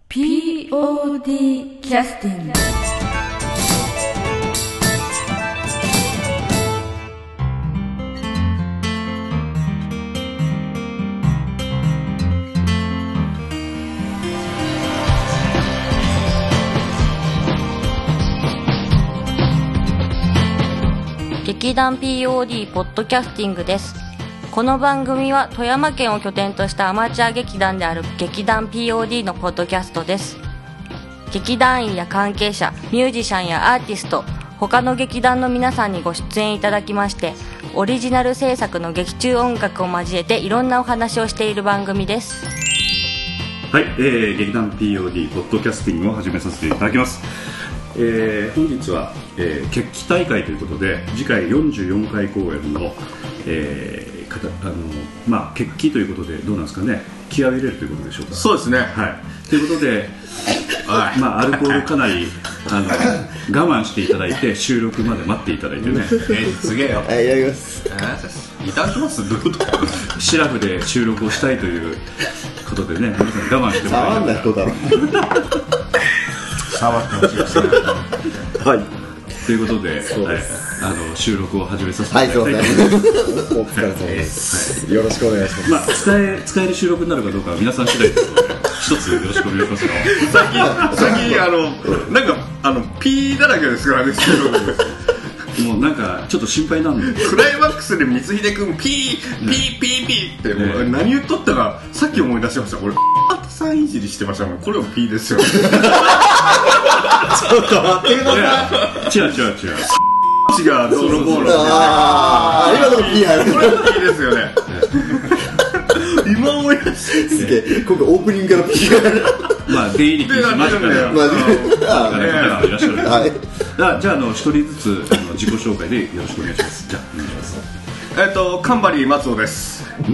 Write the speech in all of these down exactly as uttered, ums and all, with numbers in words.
ピーオーディー キャスティング。 劇団 ピーオーディー ポッドキャスティングです。この番組は富山県を拠点としたアマチュア劇団である劇団 ピーオーディー のポッドキャストです。劇団員や関係者、ミュージシャンやアーティスト、他の劇団の皆さんにご出演いただきまして、オリジナル制作の劇中音楽を交えていろんなお話をしている番組です。 はい、えー、劇団 ピーオーディー ポッドキャスティングを始めさせていただきます。えー、本日は、えー、決起大会ということで次回よんじゅうよんかい公演の、えーかたあのまあ、決起ということでどうなんですかね、気合を入れるということでしょうか。 そうですね、 はい、ということで、まあ、アルコールかなりあの我慢していただいて収録まで待っていただいてね、 えー、すげえよ、 はい、やります。 いただきますどういうことシラフで収録をしたいということでね、皆さん我慢してもらい触んない人だろ触ってほしいですねはいということで、はい、あの収録を始めさせていただきたいと思います。 はい、お疲れ様です、はい、よろしくお願いします。 まあ、使え、使える収録になるかどうかは皆さん次第ですので一つよろしくお願いしますよ。 最近、最近あのなんかあの P だらけですからね収録もうなんかちょっと心配なんでクライマックスで光秀君 P、P、P、P ってもう何言っとったかさっき思い出しました。俺さんいじりしてましたもん。これも P ですよちょっと待ってください。 違う違う違う違うどうのこうのああ今の P ある。 これも P ですよね今思い出してすげえ今回オープニングから P がある。 まあ出入り禁止間近な方がいらっしゃるんです、はい、じゃあ、あの一人ずつあの自己紹介でよろしくお願いします。じゃあお願いします。 えっとカンバリー松尾です。ん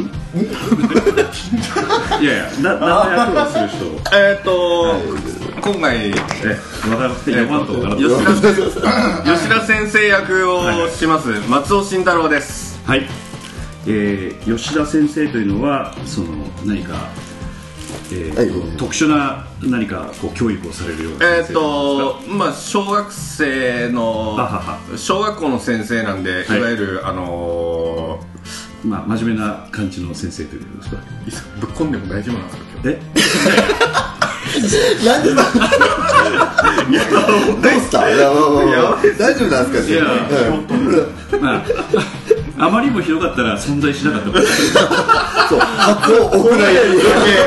いやいやな何の役をする人。 えっと、はい、今回え笑って読まんと分からん。 吉田先生役をします、はい、松尾慎太郎です。 はい、えー、吉田先生というのはその何か、えーはい、特殊な何かこう教育をされるような先生なんですか。えーとまあ、小学生の小学校の先生なんで、はい、いわゆる、あのーまあ、真面目な感じの先生ということですか。 ぶっ込んでも大丈夫なんですか今日。 えなんでだいやどうした。いや大丈夫なんですか。いや、 まあ、あまりにもひどかったら存在しなかったもんそう初お蔵入り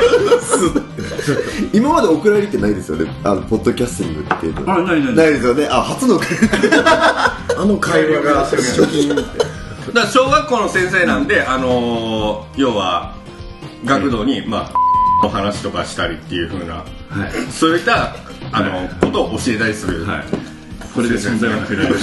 今までお蔵入りってないですよね。あのポッドキャスティングっていうのあないないないですよね。あ初のお蔵入りあの会話が初品ってだから小学校の先生なんで、あのー、要は学童に、まあ、お話とかしたりっていう風な、はい、そういったあの、はい、ことを教えたりする、はい、 これで存在はなくなりま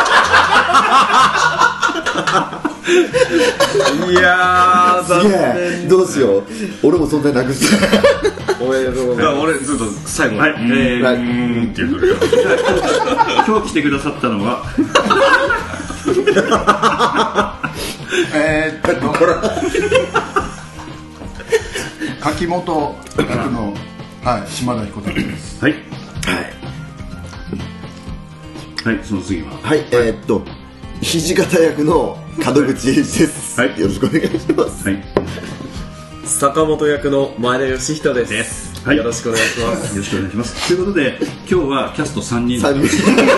したいやー残念。どうしよう俺も存在なくすおめでとうございます。俺ずっと最後に、はい、えー、 はい、 うーんって言うとるよ今日来てくださったのはえーっとこれ柿本役の、はい、島田彦太です。 はいはいはい、その次ははいえー、っと土方役の門口英二です、はい、よろしくお願いします。はい坂本役の前田義人です、はい、よろしくお願いします。 よろしくお願いします。ということで今日はキャストさんにんさんにん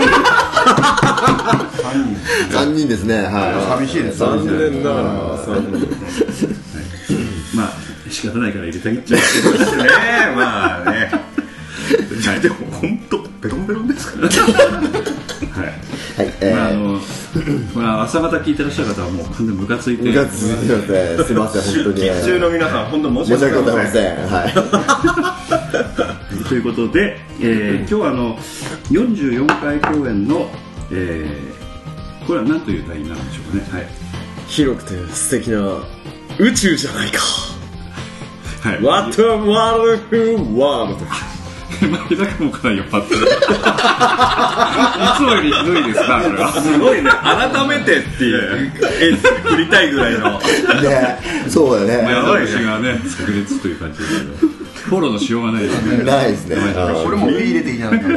さんにんですね。はい寂しいです。 残念ながらさんにん、はい、 まあ仕方ないから入れてあげちゃうですねまあねはい、でも本当ベロンベロンですからねはいはい、えーまああのまあ、朝方聞いてらっしゃる方はもう完全にムカついてムカついてますすいません本当に劇中の皆さん本当申し訳ございません、 はい、 ということで、えー、今日はあのよんじゅうよんかい公演の、えー、これは何という題になるんでしょうかね、はい、 広くて素敵な宇宙じゃないか、 はい、 What a wonderful world 前だけもかなり酔っ払ってるいつもよりひどいですなこれは。 すごいね改めてっていう演出で振りたいぐらいのねそうだねやばいねがね炸裂という感じですけどフォローのしようがないですね。 ないですね。 俺も P 入れていいじゃないか。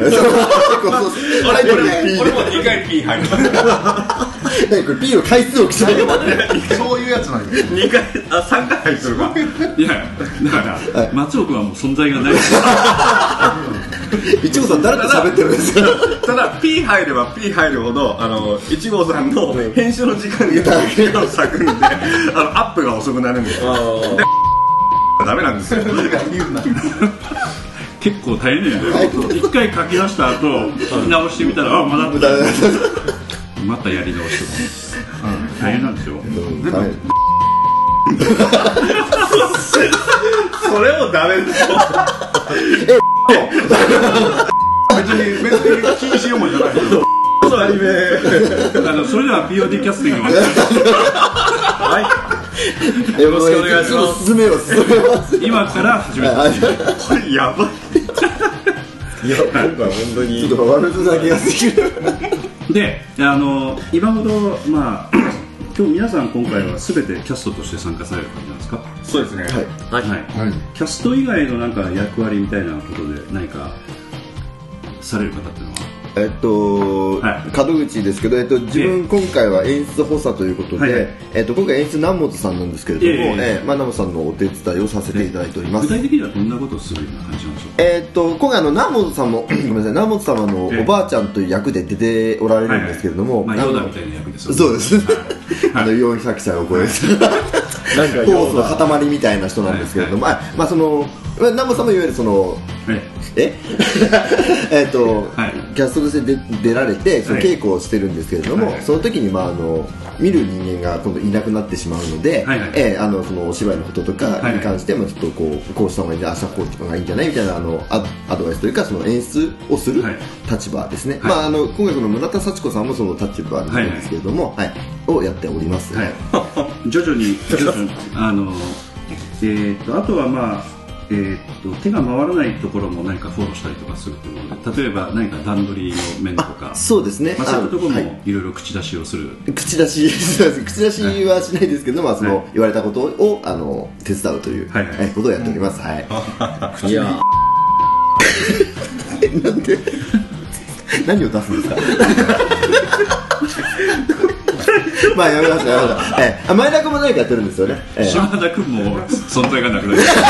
俺もにかい P 入る。 これ P の回数を競う。 そういうやつなんです。 にかい、あ、さんかい入ってるか。 いや、だから松尾君はもう存在がない。 いちごさん誰と喋ってるんですか。 ただ P 入れば P 入るほどあのいちごさんの編集の時間に時間を割くんで、あのアップが遅くなるんですよ。でダメなんですよ。 結構大変だよね。一回書き出した後直してみたら、あ、まだまたやり直して大変なんですよ。 それもダメですよ。 別に別に禁止用語じゃない。 あのそれでは ピーオーディー キャスティングはいよろしくお願いします。 進めよう進めます。 今から始めます。 これやばい。いや今回本当にちょっと悪ふざけがすぎる。 で、あの今ほどまあ今日皆さん今回はすべてキャストとして参加される感じなんですか。 そうですね。 はい、 はいはい、キャスト以外のなんか役割みたいなことで何かされる方っていうのは、 えっと、はい、門口ですけど、えっと、自分今回は演出補佐ということで、はいはい、えっと、今回演出南本さんなんですけれども、えーえーまあ、南本さんのお手伝いをさせていただいております。 具体的にはどんなことをするような感じなんでしょうか。 えっと、今回あの南本さんもごめんなさい、南本様のおばあちゃんという役で出ておられるんですけれども、 はいはい、まあ、ヨーダみたいな役ですよね。 そうです、はい、あのよんひゃくさいを超えるなんかコースの塊みたいな人なんですけれども、はいはい、まあその南本さんもいわゆるその、はい、ええっと、はい、キャストとして出られてその稽古をしてるんですけれども、はい、その時に、まあ、あの見る人間が今度いなくなってしまうので、はいはい、えー、あのそのお芝居のこととかに関してもちょっとこうこうした方がいいんじゃない、明日こうした方がいいんじゃないみたいなあの ア, アドバイスというかその演出をする立場ですね、はい、まあ、あの今回この村田幸子さんもその立場なんですけれども、はいはい、をやっております、はい、徐々に徐々にあの、えー、とあとはまあえー、と手が回らないところも何かフォローしたりとかするということで、例えば何か段取りの面とか、 そうですね、 まあ、そういったところもいろいろ口出しをする、 はい、口出し口出しはしないですけど、まあ、その、はい、言われたことをあの手伝うという、はいはい、ことをやっております、うん、はい、いやなんで何を出すんですかまあやめましたやめました、えー、前田君も何かやってるんですよね、 えー、島田君も存在がなくなりました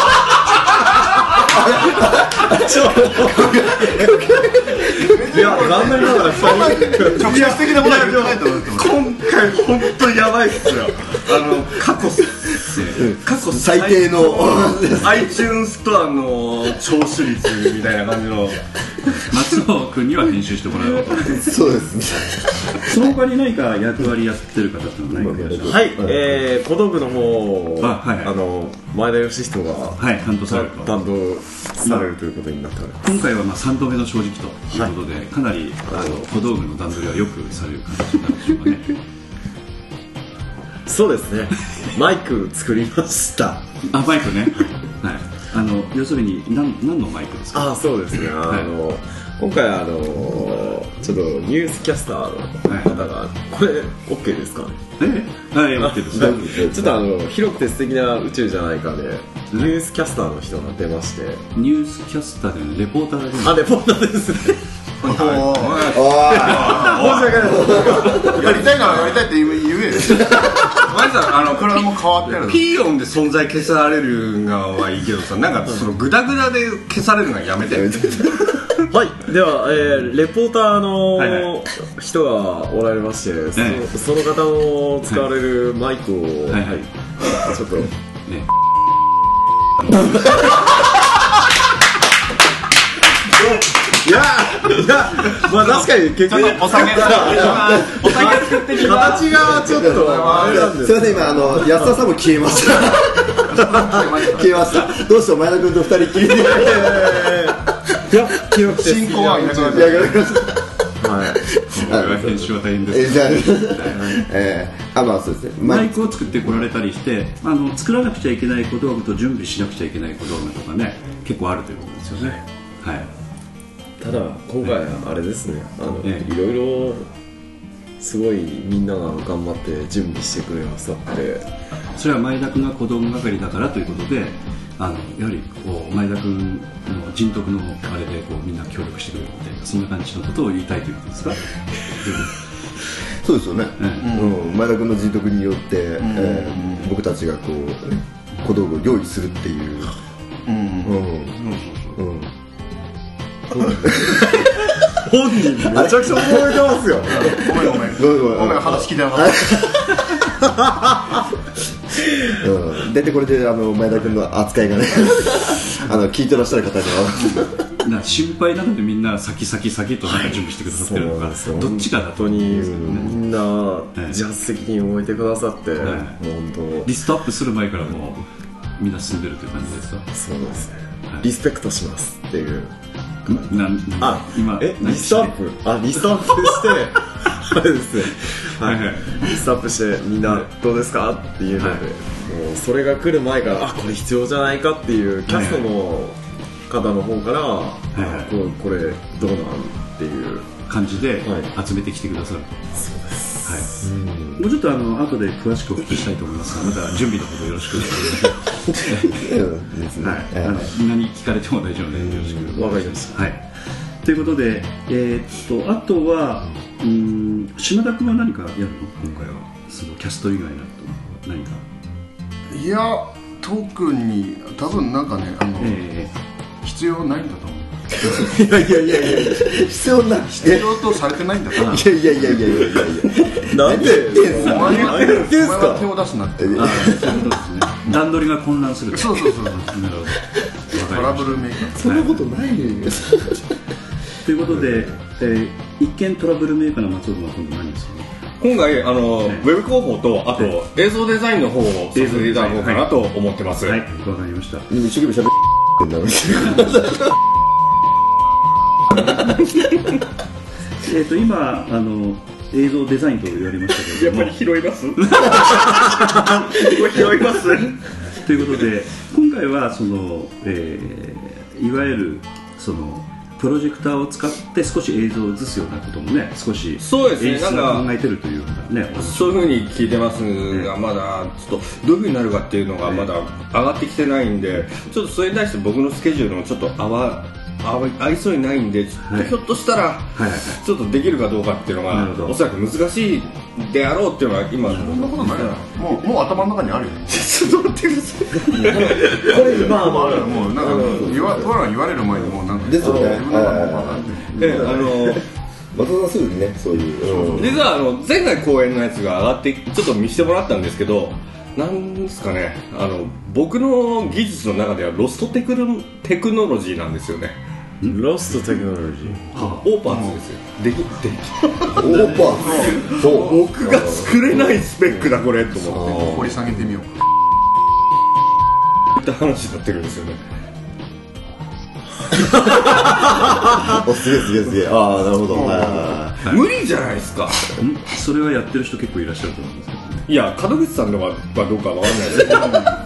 いや残念ながらふたり直接的なことは言ってないと思う。 今回本当にやばいっすよ。あの過去過去最低の iTunes ストアの聴取率みたいな感じの松尾君には編集してもらおうと。 そうですね。 その他に何か役割やってる方ってのは何かいらっしゃる？ はい、えー、小道具の方、 あ、はいはい、 あの前田義人が、 はい、担当されると担当されるということになっております。 今回はまあさんどめの正直ということで、はい、かなりあの小道具の段取りはよくされる感じなんでしょうかね。 そうですね。マイク作りました。 あ、マイクね。はい。あの要するに何何のマイクですか？ あ、そうですね。あの、はい、今回あのちょっとニュースキャスターの方が、はい、これ OK ですかね？ え？はい、OK です。 ちょっとあの広くて素敵な宇宙じゃないかでニュースキャスターの人が出まして。 ニュースキャスターでね、レポーターでね。 あ、レポーターですね。 おー、申し訳ない。やりたいならやりたいって言え。まずはあのこれはもう変わってる。 ピー音で存在消されるのはいいけどさ、なんかそのグダグダで消されるのはやめて。 はい、では、えー、レポーターの人がおられまして、はいはい、そ, その方の使われるマイクを、はいはいはい、ちょっと、ね、いやいや、まあ確かに結局お酒だお酒作ってみた形がちょっとあれなんです。 すいません、今あの安田さんも消えました消えました。どうしよう、前田君と二人きりでいや、 進行はいなくなった。はい、これは編集は大変です。 えー、あ、まあそうですね。 マイクを作ってこられたりして、あの作らなくちゃいけない小道具と準備しなくちゃいけない小道具とかね、結構あるということですよね。はい。 ただ今回あれですね、あの、ええ、いろいろすごいみんなが頑張って準備してくれましたって。 それは前田君が小道具係だからということで、 あのやはりこう前田君の人徳のあれでこうみんな協力してくれるみたいなそんな感じのことを言いたいということですか？ そうですよね、うんうん、前田君の人徳によって、うんえー、僕たちがこう小道具を用意するっていう本人めちゃくちゃ覚えてますよ。 ごめんごめんごめんごめん話聞いてなかったうん、でこれであの前田君の扱いがねあの聞いてらっしゃる方にはな心配なのでみんな先先先となんか準備してくださってるのか、はい、どっちかだと本当にみんな自発的に動いてくださって、はい、本当リストアップする前からもうみんな進んでるという感じですか？ そうですね、はい、リスペクトしますっていうななあ今えリストアップあリストアップしてあれですね、はいはい、リストアップしてみんなどうですかっていうので、はい、もうそれが来る前からあこれ必要じゃないかっていうキャストの方の方から、はいはい、こ, うこれどうなんっていう感じで集めてきてくださると、はい、 そうです、 はい、うんもうちょっとあの後で詳しくお聞きしたいと思いますがまた準備のほどよろしくお願いしますはい、あの何聞かれても大丈夫でよろしくわかりました、 はい、ということで、えー、っとあとはうん島田君は何かやるの今回はそのキャスト以外のと何かいや特に多分なんかねあの、えー、必要ないんだと思ういやいやいやいや必要な必要とされてないんだからいやいやいやいやいやいやなんでお前は手を出すなって段取りが混乱するそうそうそうそうトラブルメーカーそんなことないねということで、えー、一見トラブルメーカーの松尾君は今度何ですかね今回あの、ね、ウェブ広報とあと、ね、映像デザインの方をさせていただこうかなと思ってますはいわ、はい、かりましたでも一生懸命喋ってんだろえっと今あの映像デザインと言われましたけどやっぱり拾います拾いますということで今回はその、えー、いわゆるそのプロジェクターを使って少し映像を映すようなこともね少しそうですね演出が考えてるというようなねそういうふうに聞いてますが、ね、まだちょっとどういうふうになるかっていうのがまだ上がってきてないんで、ちょっとそれに対して僕のスケジュールもちょっと合わ合いそうにないんでちょっとひょっとしたらちょっとできるかどうかっていうのがおそらく難しいであろうっていうのは今そんなことないもうもう頭の中にあるよちょっと待ってくださいこれ今もうあるもうなんか言わ言われる前にもうなんかですよね自分の中でも分かってあの松田すぐにねそういう実はあの前回公演のやつが上がってちょっと見せてもらったんですけどなんですかねあの僕の技術の中ではロストテクノ、テクノロジーなんですよねロストテクノロジーオーパーツですよできできオーパーツそう僕が作れないスペックだこれと思って掘り下げてみようかって話になってるんですよねおすげえすげえすげえああなるほど、 はい、無理じゃないですかそれはやってる人結構いらっしゃると思うんですけどねいや門口さんとかはどうかわかんないですけど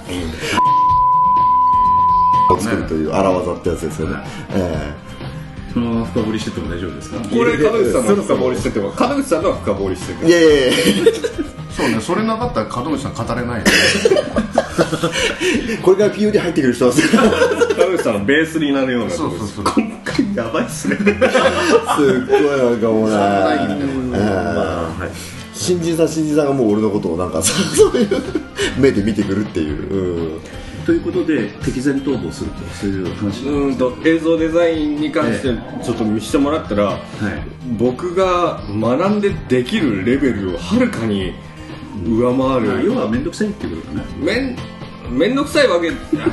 を作るという荒技ってやつですよね、えー、そのまま深掘りしてても大丈夫ですかこれ門口さんの深掘りしてても門口さんのは深掘りしてていやいやいやそうねそれなかったら門口さん語れないこれから ピーオーディー 入ってくる人は門口さんのベースになるようなそうそうそう今回やばいっすねすっごいなんかもうな新人さん新人さんがもう俺のことをなんかそういう目で見てくるっていう、うんということで敵前逃亡するとそういう話うんと映像デザインに関してちょっと見せてもらったら、はい、僕が学んでできるレベルをはるかに上回る、 うん、要は面倒くさいっていうことだねめん面倒くさいわけいや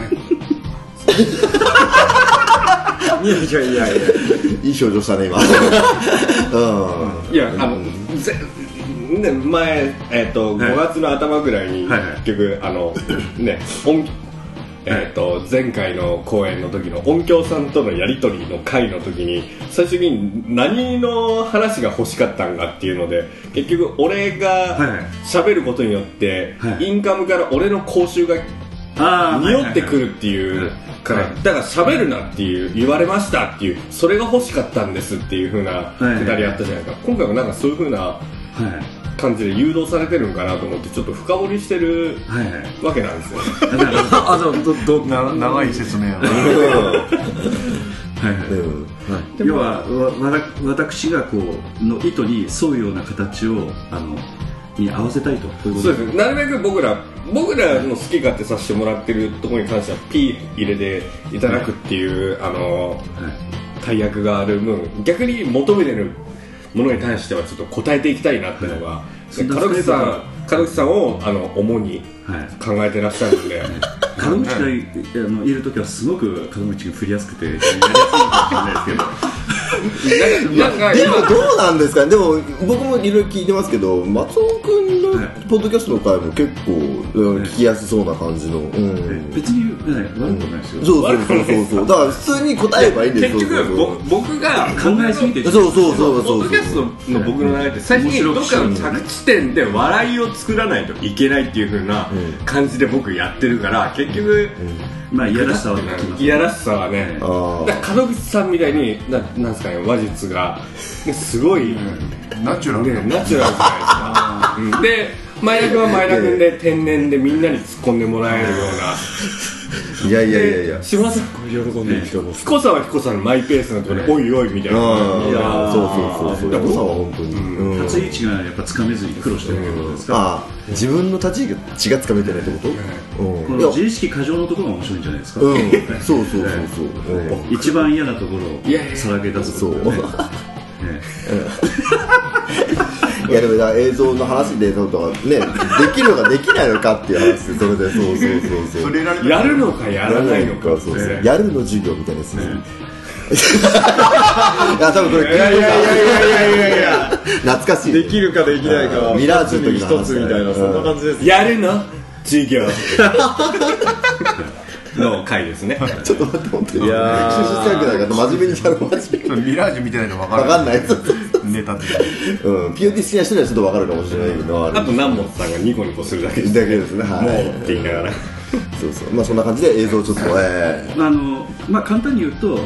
いやいやいやいい表情したね今、 うん、いやあのぜね、前、えー、とごがつの頭ぐらいに、はい、結局あの、ね音えー、と前回の公演の時の音響さんとのやり取りの回の時に最終的に何の話が欲しかったんかっていうので結局俺が喋ることによって、はい、インカムから俺の口臭が匂ってくるっていうからだから喋るなっていう言われましたっていうそれが欲しかったんですっていう風なくだりあったじゃないか今回もなんかそういう風な感じで誘導されてるんかなと思ってちょっと深掘りしてるわけなんですよ、はいはい、 あどどどな長い説明やなはいはいうんはい、要はわ私がこうの意図に沿うような形をあのに合わせたいとこういうことそうですね。なるべく僕ら僕らの好き勝手させてもらってるところに関しては P 入れていただくっていう、はい、あの、はい、大役がある分逆に求めてるものに対してはちょっと答えていきたいなっていうのが、はい、門口さん門口さんをあの主に考えてらっしゃるんで、はい、 門口が い, あのいるときはすごく門口が振りやすくてやりやすいかもしれないですけどなんかでもどうなんですかね。でも僕もいろいろ聞いてますけど松尾君のポッドキャストの回も結構、はい、聞きやすそうな感じの、うん、 別に、ね、悪くないですよ、うん、 そうそうそうそうだから普通に答えばいいんですよ。 結局僕が考えすぎてそうそうそうそうポッドキャストの僕の流れって最近どっかの着地点で笑いを作らないといけないっていう風な感じで僕やってるから結局、 うん、まあいやらしさはねいやらしさはね門口さんみたいにななんですかね話術がすごい、 うん、ナチュラル、 ね、ナチュラルじゃないですか、うん、で前田君は前田君で天然でみんなに突っ込んでもらえるようないやいやいやいや島さん喜んでる人も彦さんは彦さんのマイペースなところでおいおいみたいな、いやそうそうそうそう彦さんは本当に、 うん、立ち位置がやっぱつかめずに苦労してるってことですか、うん、 あ自分の立ち位置がつかめてないってこと、 うん、この自意識過剰のところが面白いんじゃないですか、 うん、そうそうそうそう、 うん、一番嫌なところをさらけ出すことでねいやでも映像の話でとかねできるのかできないのかっていう話でそれでそうそうそうそうそやるのかやらないのかそうそう、 ね、やるの授業みたいなやつね、ねいや多分これいやいやいやいやいやいや懐かしい、 ね、できるかできないかミラージュの時の話一つみたいなそんな感じです、 やるの授業の回ですねちょっと待って本当にいやー就職だから真面目にやろう真面目にミラージュみたいなの分からない分かんないネタってうん ピーオーディー 好きな人にはちょっと分かるかもしれないけど、 うん、あと南本さんがニコニコするだけですだけですね、はい、 もうって言いながらそうそうまあそんな感じで映像をちょっと、えー、あのまあ簡単に言うと、うん、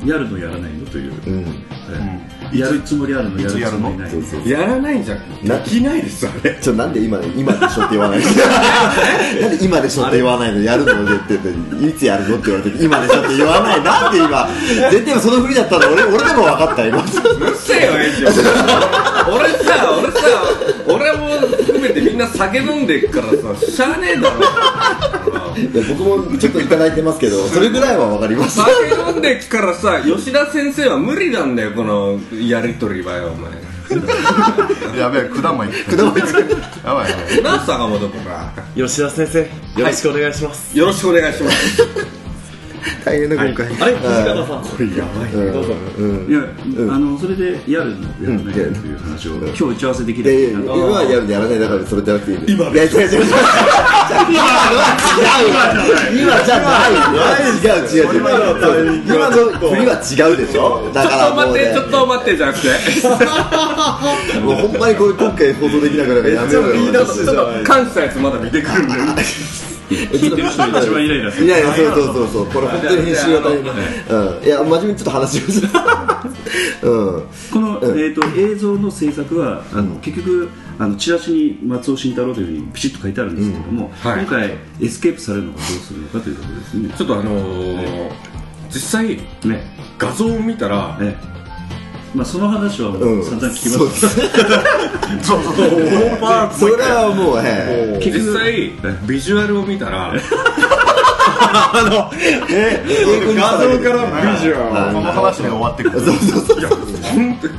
やるのやらないのという、うんえー、やるつもりあるのやるつもりないのそうそうやらないんじゃできないですあれちょなんで今今でしょって言わないなんで今でしょって言わないのやるのでって言っていつやるのって言われて今でしょって言わないなんで今絶対その振りだったら俺俺でも分かった今うるせえよエンジ俺さ俺さ俺も含めてみんな酒飲んでっからさしゃあねえだろいや僕もちょっといただいてますけどそれぐらいは分かります酒飲んでっからさ吉田先生は無理なんだよこのやりとりはよお前やべえ果物果物やばいやばいな坂本とか吉田先生よろしくお願いします、 はい、よろしくお願いします大変な今回、 はい、あれ藤方さんこれやばい、 うん、どうぞ、うん、いや、うん、あのそれでやるのやらないという話を、うん、今日打ち合わせできる今はやるのやらないだからそれじゃなくていい今いや違う違う違う今じゃない違う違う違う今の振りは違うでしょだからもう、ね、 ちょっと待ってちょっと待ってじゃなくてもうほんまにこれ今回放送できなくなるからやめようよちょっと感謝したやつまだ見てくるんだよ聞いてる人一番イライラするいやいやそうそうそうそうこれ本当に編集が大変だ、うん、いや真面目にちょっと話をする、うん、 この、えー、と映像の制作はあの、うん、結局あのチラシに松尾慎太郎というふうにピシッと書いてあるんですけれども、うんはい、今回エスケープされるのかどうするのかというところですね。 ちょっとあのーはい、実際、ね、画像を見たら、ねまあ、その話はもう散々聞きます、うん、 そうそうそうそれはもう、ね、 実際ビジュアルを見たらあのえ画像からビジュアルこの話で終わってくるそうそうそういや本当に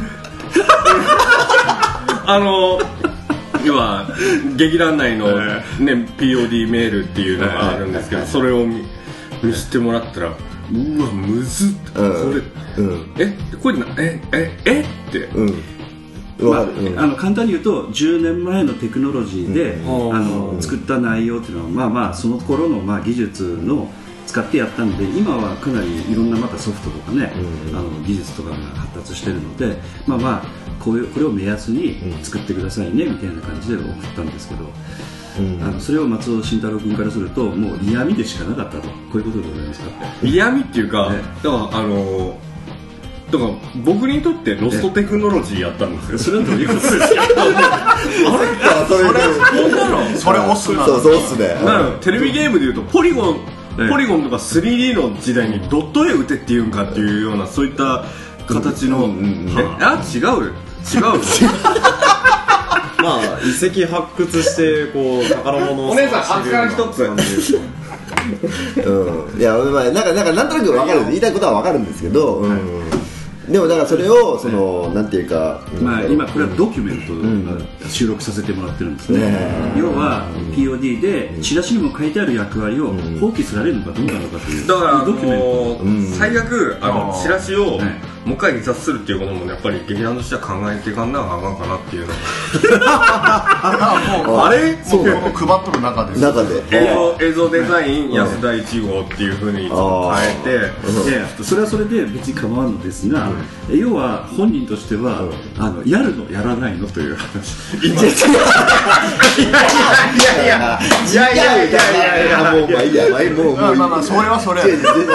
あの要は劇団内の、ね、ピーオーディー メールっていうのがあるんですけどそれを 見, 見せてもらったらうわむずっ、うん、これ、うん、えこれなえええって、うんまあうん、あの簡単に言うとじゅうねんまえのテクノロジーで、うん、あの作った内容っていうのはまあまあその頃のまあ技術の使ってやったんで今はかなりいろんなまたソフトとかね、うん、あの技術とかが発達してるのでまあまあこういうこれを目安に作ってくださいねみたいな感じで送ったんですけど、うん、あのそれを松尾慎太郎君からするともう嫌味でしかなかったとこういうことでございますか。 嫌味っていうか、ね、だからあのだから僕にとってロストテクノロジーやったんですよ。 それはどういうことですか？ あそれそんなのそれ押すなそうそうっすね。 なるテレビゲームでいうとポリゴンポリゴンとか スリーディー の時代にドット絵打てっていうんかっていうようなそういった形の、うんうんうん、えあ違う違うまあ遺跡発掘してこう宝物をお姉さん初から一つうん、いやまあなんかなんかなんとなく分かる言いたいことは分かるんですけど、うん、でもだからそれをそのなんていうか、 まあ今これはドキュメント収録させてもらってるんですね。要は ピーオーディー でチラシにも書いてある役割を放棄されるのかどうなのかという。 だからドキュメント最悪あのチラシをもう一回印刷するっていうこともやっぱり劇団としては考えていかんなあかんかなっていうのあれそう配っとる中で中で映像映像デザイン安田一号っていうふうに変えて、 いやそれはそれで別に構わんのですが、要は本人としてはあのやるのやらないのという話。 いやいやいやいやいやいやいやいやもうまあいいやまあもうまあまあそれはそれ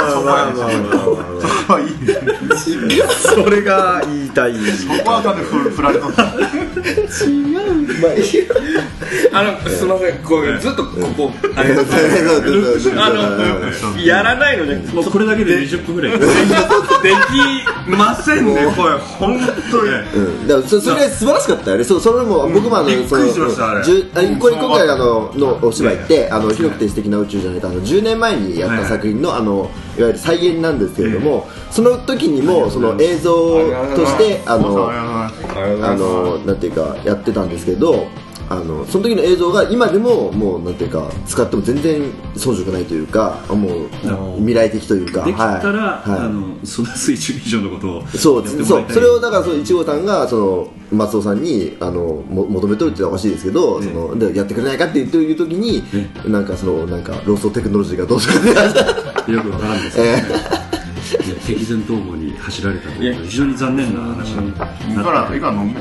そこはいいそれが言いたいそこはだって振られとった違うまあいいあのすみませんこうずっとここあれあのやらないのねもうこれだけでにじゅっぷんぐらいできませんねこれ本当にうんだからそれ素晴らしかったよねそそれも僕もあのびっくりしましたあれこれ今回あののお芝居ってあの広くて素敵な宇宙じゃないとあのじゅうねんまえにやった作品のあのいわゆる再現なんですけれどもその時にもその映像としてあのあのなんていうかやってたんですけどあのその時の映像が今でももうなんていうか使っても全然遜色ないというかもう未来的というかできたら、 はいはい、 あのその水中以上のことをそうそうそれをだからそのいち号さんがその松尾さんにあのも求めとるっておかしいですけど、ね、そのでやってくれないかって言っていう時に、ね、なんかそのなんかローストテクノロジーがどうしようよくわからんですけど、ねえー、敵前逃亡に走られたという非常に残念な話になっていいからいから飲め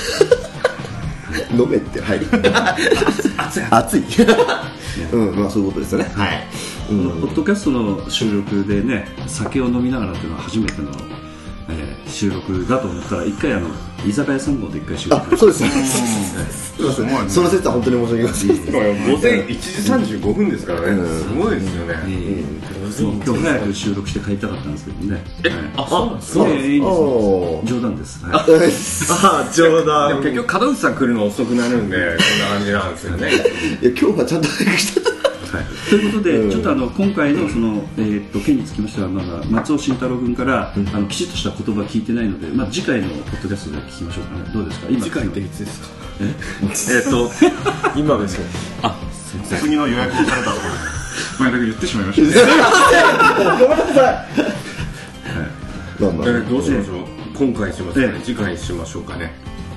飲めってはい熱い熱いうんまあそういうことですよねはい、 うん、ポッドキャストの収録でね酒を飲みながらっていうのは初めての、えー、収録だと思ったら一回あの居酒屋さん号で一回収録あそうですねその説は本当に申し訳ない午前いちじさんじゅうごふんですからね、うん、すごいですよね、うんうん、今日早く収録して帰りたかったんですけどねえ、はい、あ、そうなんですか、えー、いいです冗談です、はい、 あ冗談でも結局門口さん来るの遅くなるんでこんな感じなんですよねいや今日はちゃんと早くしたはい、ということで、うん、ちょっとあの今回のその、えー、っと件につきましてはまだ松尾慎太郎君から、うん、あのきちっとした言葉聞いてないので、まあ、次回のポッドキャストで聞きましょうかねどうですか今次回っていつですかええー、っと今ですよあすみません次の予約されたところ前だけ言ってしまいましたごめんなさいはいまあまあ、えー、どうしましょう今回しますかね、えー、次回しましょうかね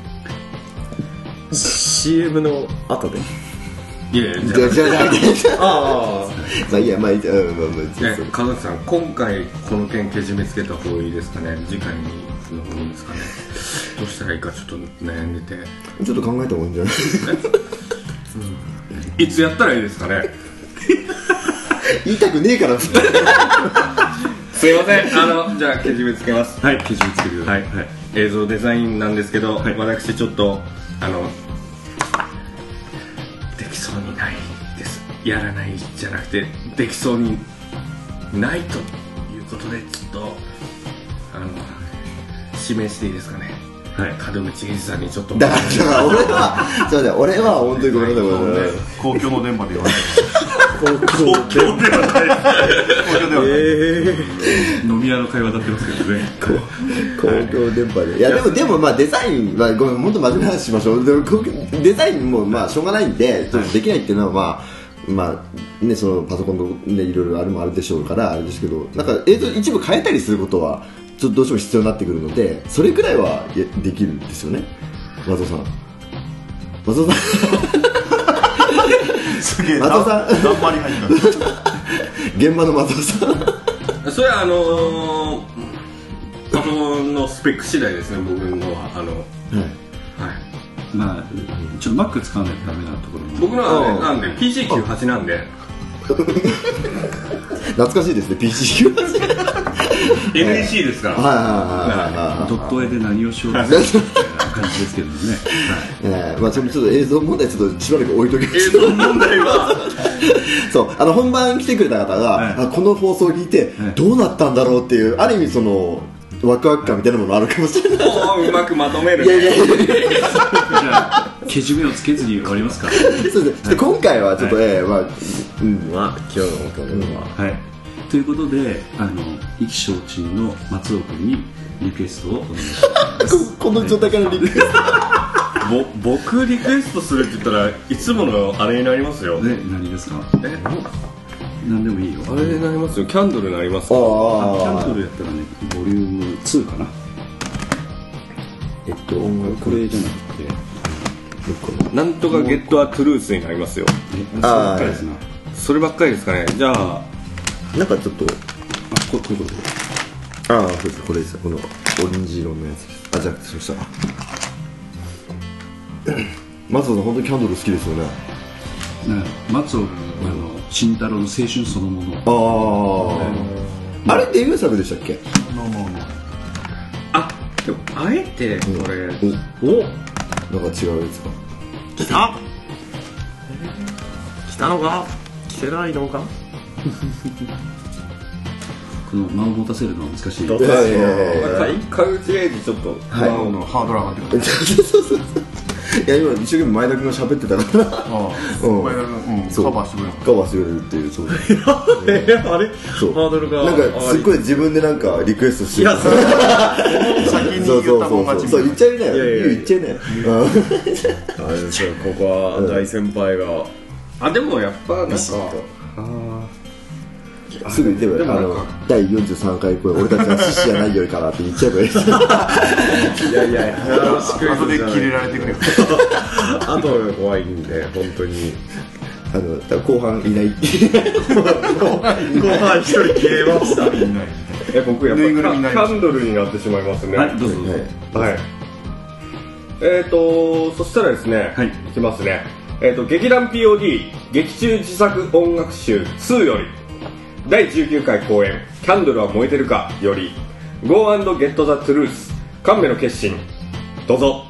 シーエム の後でいやいやじゃあじゃあじゃあああまあいいやまあいいやまあまあ門口さん今回この件けじめつけた方がいいですかね次回の方がいいですかねどうしたらいいかちょっと悩んでてちょっと考えた方がいいんじゃないうん、いつやったらいいですかね言いたくねえからすいませんあのじゃあけじめつけますはいけじめつけるはい、はい、映像デザインなんですけど、はい、私ちょっとあのできそうにないですやらないじゃなくてできそうにないということでちょっとあの指名していいですかねはい門口英二さんにちょっとだから俺はそうだ俺は本当にごめんなさいごめんなさい公共の電波で言わない公共電波で公共ではない、 えー、飲み屋の会話だってますけどね公共電波でいやでもでもまあデザインはごめん本当真面目な話しましょうでもデザインもまあしょうがないんでちょっとできないっていうのはまあまあねそのパソコンのねいろいろあるもあるでしょうからあれですけどなんか映像一部変えたりすることはちょっとどうしても必要になってくるのでそれくらいはできるんですよね松尾さん松尾さんすげえ松尾さん頑張り入った現場の松尾さんそれはあのー、パソコンのスペック次第ですね僕のはあのはい、はい、 まあちょっと Mac 使わないとダメなところも僕のは、ね、なんで ピーシーきゅうじゅうはち なんで懐かしいですね ピーシーきゅうじゅうはちエヌイーシー ですから、 はいはいはいはい、 ドット絵で何をしようとするみたいな感じですけどもね、 はいえーまあ、そのちょっと映像問題ちょっとしばらく置いときます。映像問題はそうあの本番来てくれた方が、はい、あこの放送を聞いて、はい、どうなったんだろうっていうある意味そのワクワク感みたいなものあるかもしれない。 うまくまとめる。 いやいやいやじゃあけじめをつけずに終わりますか。 そうです、はい、今回はちょっと、はい、えー、まあ、 うん、まあ今日の今日のは、 はい。ということで、あの意気消沈の松尾君にリクエストをお願いしますこ, この状態からリクエストぼ僕リクエストするって言ったらいつものあれになりますよ。 ね、何ですか。え何でもいいよ。 あれになりますよ。キャンドルになりますか。 ああキャンドルやったらねボリュームツーかな。えっとこれじゃなくてなんとかゲットアトゥルースになりますよ。 ああそればっかりですかね。じゃあなんかちょっとあこういうことああそうですこれですこのオレンジ色のやつです。あじゃあそしたら松尾さん本当にキャンドル好きですよね。 ね松尾あの慎太郎の青春そのもの。 ああ、あれデビュー作でしたっけ。 あでもあえてこれ、うん、 おなんか違うやつか来た来たのか来てないのかこの間を持たせるのは難しい。 どうですか。カウチエイジちょっと、 はい、ハードル上がってくるそうそうそういや今一生懸命前田君が喋ってたからああ、うん、前田君、うん、カバーしてくれるカバーしてくれるっていうそうえー、あれそうハードルがなんかすっごい自分でなんかリクエストしてる。いや先に言ったもん勝ちみたいな。 そう言っちゃいなよ。言っちゃいなよ。 あれですよここは大先輩が、うん、 あでもやっぱなんかすぐ言ってばあのだいよんじゅうさんかいこれ俺たちは獅子じゃないよからって言っちゃえばいい。 いやいやいや後でキレられてくれるあとが怖いんで本当にあの多分後半いない後半一人消えましたみんなえ僕やっぱりキャンドルになってしまいますね。 はいどうぞ、 はいはい、えーとそしたらですね、はい、いきますね。えーと劇団 ピーオーディー 劇中自作音楽集ツーよりだいじゅうきゅうかい公演キャンドルは燃えてるかより Go and Get the Truth 神戸の決心どうぞ。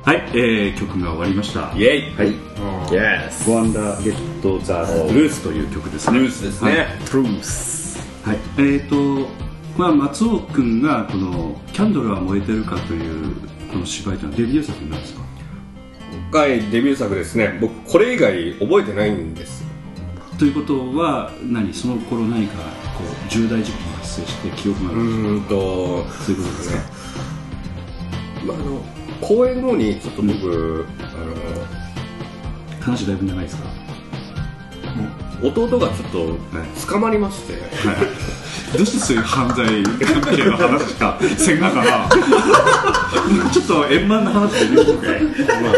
はい、えー、曲が終わりました。 イエイ。 はい。Yes。Go Under Get the Blues という曲ですね。 ブルースですね。 ブルース。はい。えーと、まあ松尾くんがこのキャンドルは燃えてるかというこの芝居というのはデビュー作なんですか？ 今回デビュー作ですね。僕これ以外覚えてないんです。 ということは何その頃何かこう重大事件が発生して記憶があるんですか？うーんとそういうことですね。 まああの公演後にちょっと僕、うん、あの話だいぶ長いですか？ 弟がちょっと捕まりまして、 はいはい、どうしてそういう犯罪関係の話しかせんがかなちょっと円満な話で言うのかい、まあ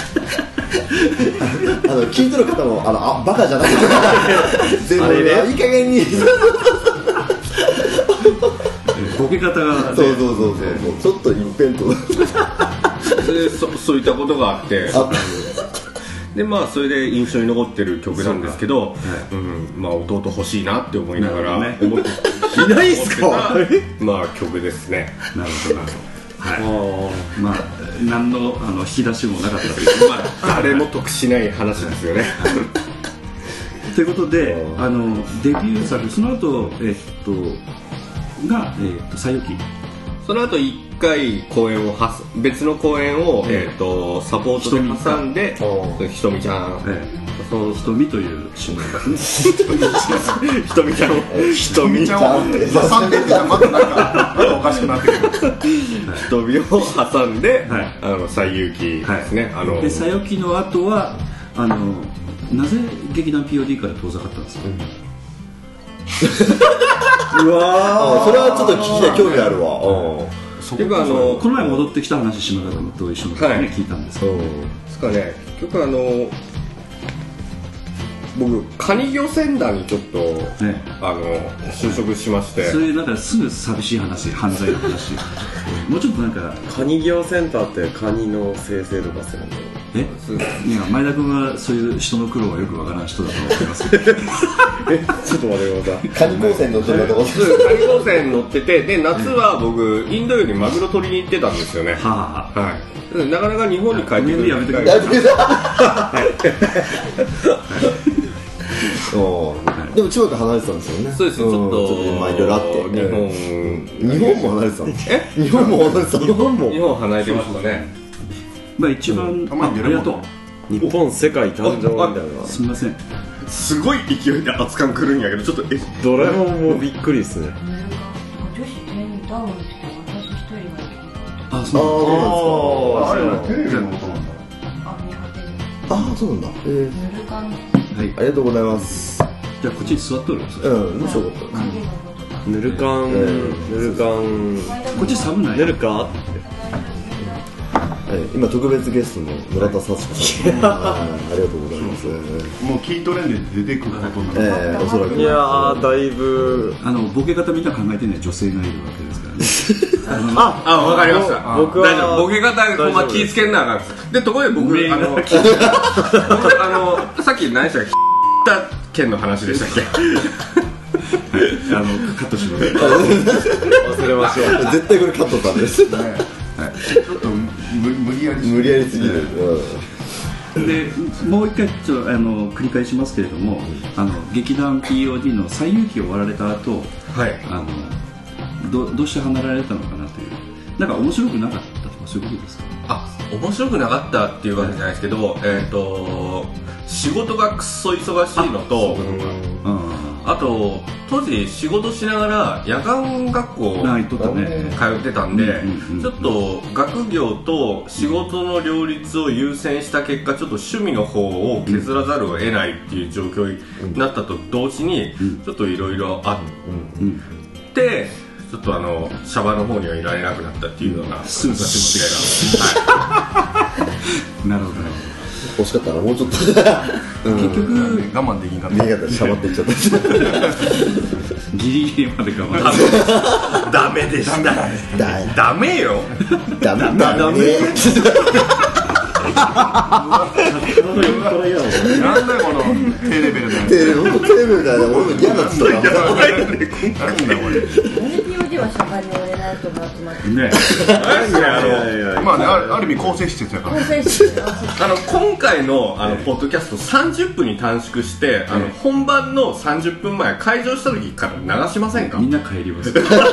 あの聞いてる方もあのあバカじゃない全部、ね、いい加減にボケ方が、ね、 そうそうそうそう、ね、ちょっと一辺とで そ, そういったことがあってでまあそれで印象に残ってる曲なんですけど、はい、うん、まあ弟欲しいなって思いながら思って、ね、 いないっすかまあ曲ですね。 なるほどなるほど。はい、まあ何のあの引き出しもなかったという、まあ、誰も得しない話ですよね。 ということであのデビュー作その後、えっとが、えっと西遊記その後いっかい公演をは別の公演を、えー、とサポートで挟んでひとみちゃん、 ええ、そのひとみという姉妹ですね。 ひとみちゃんをひとみちゃんを挟んでってまたなんかおかしくなってくる。 ひとみを挟んで、はい、あの西遊記ですね。 はい、あので西遊記の後はあのなぜ劇団 ピーオーディー から遠ざかったんですか？ うん、うわーそれはちょっと聞きたい興味あるわ。 結局あのこの前戻ってきた話島田君と一緒に、ね、はい、聞いたんですけど、 ですかね。結局あの僕カニ漁船団にちょっと、ね、あの就職しまして、 それなんかすぐ寂しい話犯罪の話もうちょっとなんかカニ漁センターってカニの生成とかするんだよ。 えいや前田君はそういう人の苦労はよくわからない人だと思いますけどえちょっと待ってください。 カニ高専乗ってるとこカニ高専乗っててで夏は僕インド洋にマグロ取りに行ってたんですよね。 はあ、 はい、なかなか日本に帰ってくるやめてください。 でも千葉と離れてたんですよね。 そうですね、ちょっとまあいろいろあって日本日本も離れてたんです。え日本も離れてた日本も日本離れてましたね。 まあ一番、うん、あ, ありがとう。 日本世界誕生みたいな。 すみません。 すごい勢いで熱感来るんやけどちょっとえドラえもんもびっくりですね。 女子全員ダウンして私一人があそうなんですか。あれテレビのことなんだ。 あ見果てる。 あそうなんだ。えー、 ぬるかん。 はいありがとうございます。 じゃあこっちに座っとるんですか。 うん面白かった。 ぬるかん、ぬるかん。 こっち寒ない。 ぬるか。 今特別ゲストの村田幸子さんありがとうございます。 もう聞いとれんで出てくることになる、 えー、おそらくいやーだいぶあのボケ方みんな考えてない女性がいるわけですからね。 ああわかりました。僕は大丈夫ボケ方ほんま気ぃつけんなあかんでところで僕あのあのさっき何でしたっけ県の話でしたっけあのカットします忘れましょう。 絶対これカットさんです、ねはい、ちょっと無理やり無理やりすぎる、 うん、でもう一回ちょあの繰り返しますけれども、うん、あの劇団 ピーオーディー の西遊記を終わられた後、 はい、 あの ど, どうして離れられたのかなというなんか面白くなかったとかそういうことですか。 あ面白くなかったっていうわけじゃないですけど、はい、えっ、ー、と仕事がくっそ忙しいのと あ, あと当時仕事しながら夜間学校通ってたんでちょっと学業と仕事の両立を優先した結果ちょっと趣味の方を削らざるを得ないっていう状況になったと同時にちょっといろいろあってちょっとあのシャバの方にはいられなくなったっていうようなすぐ差し間違いがなるほどね。 惜しかったなもうちょっと、 うん、結局我慢できんかった。 できなかったしゃばっていっちゃったギリギリまで我慢ダメでしたダメよダメダメダメなんだよこの低レベルだよ。 低レベルだよ。俺も嫌だっつったら。 なんだこれ。ピーオーディー はシャバに乗れないな人が集まってねまあね、ある意味構成施設やから。 構成施設。 あの今回のあのポッドキャストさんじゅっぷんに短縮して、あの本番のさんじゅっぷんまえ開場した時から流しませんか？ みんな帰ります。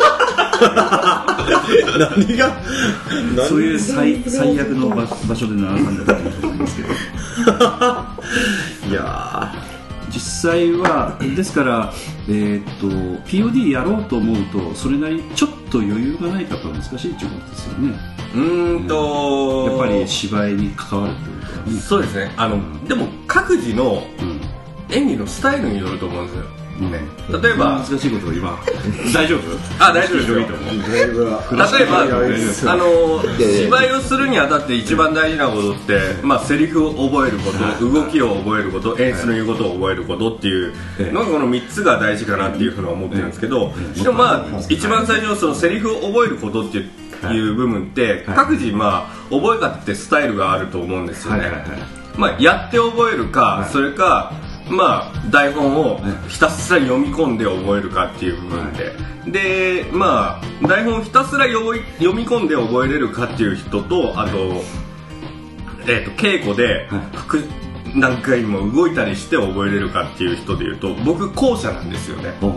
何がそういう最最悪の場場所で流さんだと思いますけど。 いや実際はですから、えー、っと ピーオーディー やろうと思うとそれなりにちょっと余裕がない方は難しいっていうことですよね。 うーんとやっぱり芝居に関わるっていうことはね。 そうですね。あの、うん、でも各自のうん演技のスタイルによると思うんですよ。 ね、 例えば難しいことを今大丈夫？ あ、大丈夫ですよ。 いいと思う。 例えばあの芝居をするにあたって一番大事なことって、まあセリフを覚えること、動きを覚えること、演出の言うことを覚えることっていうのがこのみっつが大事かなっていうふうに思ってるんですけど、でもまあ一番最初そのセリフを覚えることっていう部分って各自まあ覚え方ってスタイルがあると思うんですよね。まあやって覚えるか、それかまあ、台本をひたすら読み込んで覚えるかっていう部分で、で、まあ、台本をひたすら読み込んで覚えれるかっていう人と、あと、えっと、稽古で複何回も動いたりして覚えれるかっていう人でいうと、僕後者なんですよね。 こ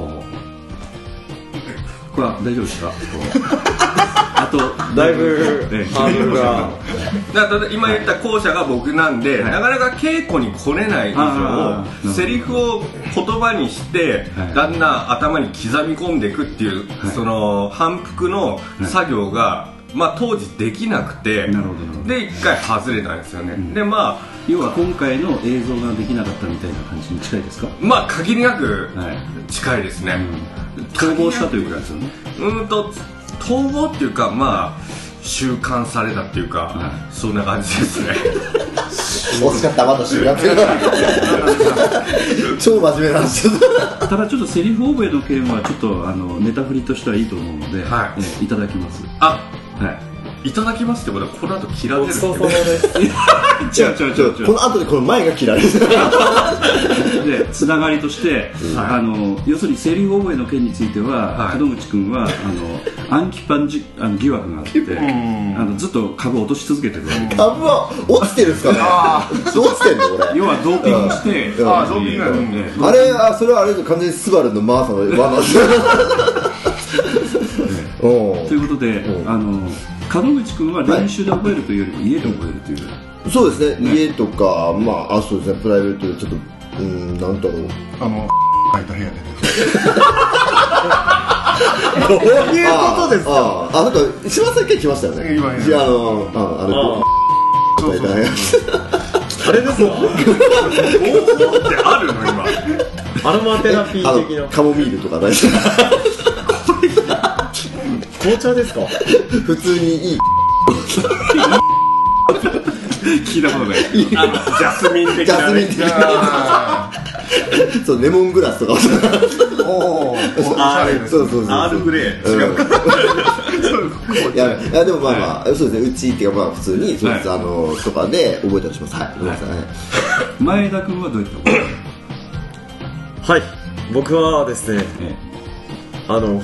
れは大丈夫ですか？あとだいぶハードルがだから今言った後者が僕なんで、はい、なかなか稽古に来れない以上セリフを言葉にして、はい、だんだん頭に刻み込んでいくっていう、はい、その反復の作業が、はい、まあ、当時できなくて、なるほどで一回外れたんですよね、うん、でまあ要は今回の映像ができなかったみたいな感じに近いですか？ まあ限りなく近いですね、はい、 うん、統合したということですよね。 うんと統合っていうか、まあ習慣されたっていうか、はい、そんな感じですね。 惜しかった、まだ習慣っていう超真面目なんですよ。 ただちょっとセリフ覚えの件はちょっとあのネタ振りとしてはいいと思うので、 はい、 えいただきます。 あ、 はい。 いただきますってことはこの後切られる。 そうそうです。 違う違う違う違う。 この後でこの前が切られる。 でつながりとして、うん、あの要するにセリフ覚えの件については、はい、門口君はあの暗記パンじあの疑惑があって、うん、あのずっと株を落とし続けてるわけ。 株は落ちてるんですかね。落ちてるのこれ。 要はドーピングして、 うん、あドーピング、 うん、あれあそれはあれ完全にスバルのマーサの罠です。 ということで、あの門口君は練習で覚えるというよりも家で覚えるという、 はい、そうですね、ね、家とか、まあ、あそうですね、プライベートでちょっとうん、なんだろうあの書いた部屋でどういうことですか？ ああ、あ、なんか一番最近来ましたよね。 今いや、あのああれそうそうそうあれですか？ 方法ってあるの今アロマテラピー的なカモミールとか大丈夫？ 紅茶ですか？ 普通にいい聞いたことない。 あのジャスミン的な、ね、 ジャスミン的なそうレモングラスとかおおそうそうそうアールグレー違うかいやいやでもまあまあ、はい、そうですね、うちっていうかまあ普通にそうです、はい、あのとかで覚えたりします。はい、ごめんなさい、はい、 前田君はどういった覚えた？はい、僕はですね、ね、あの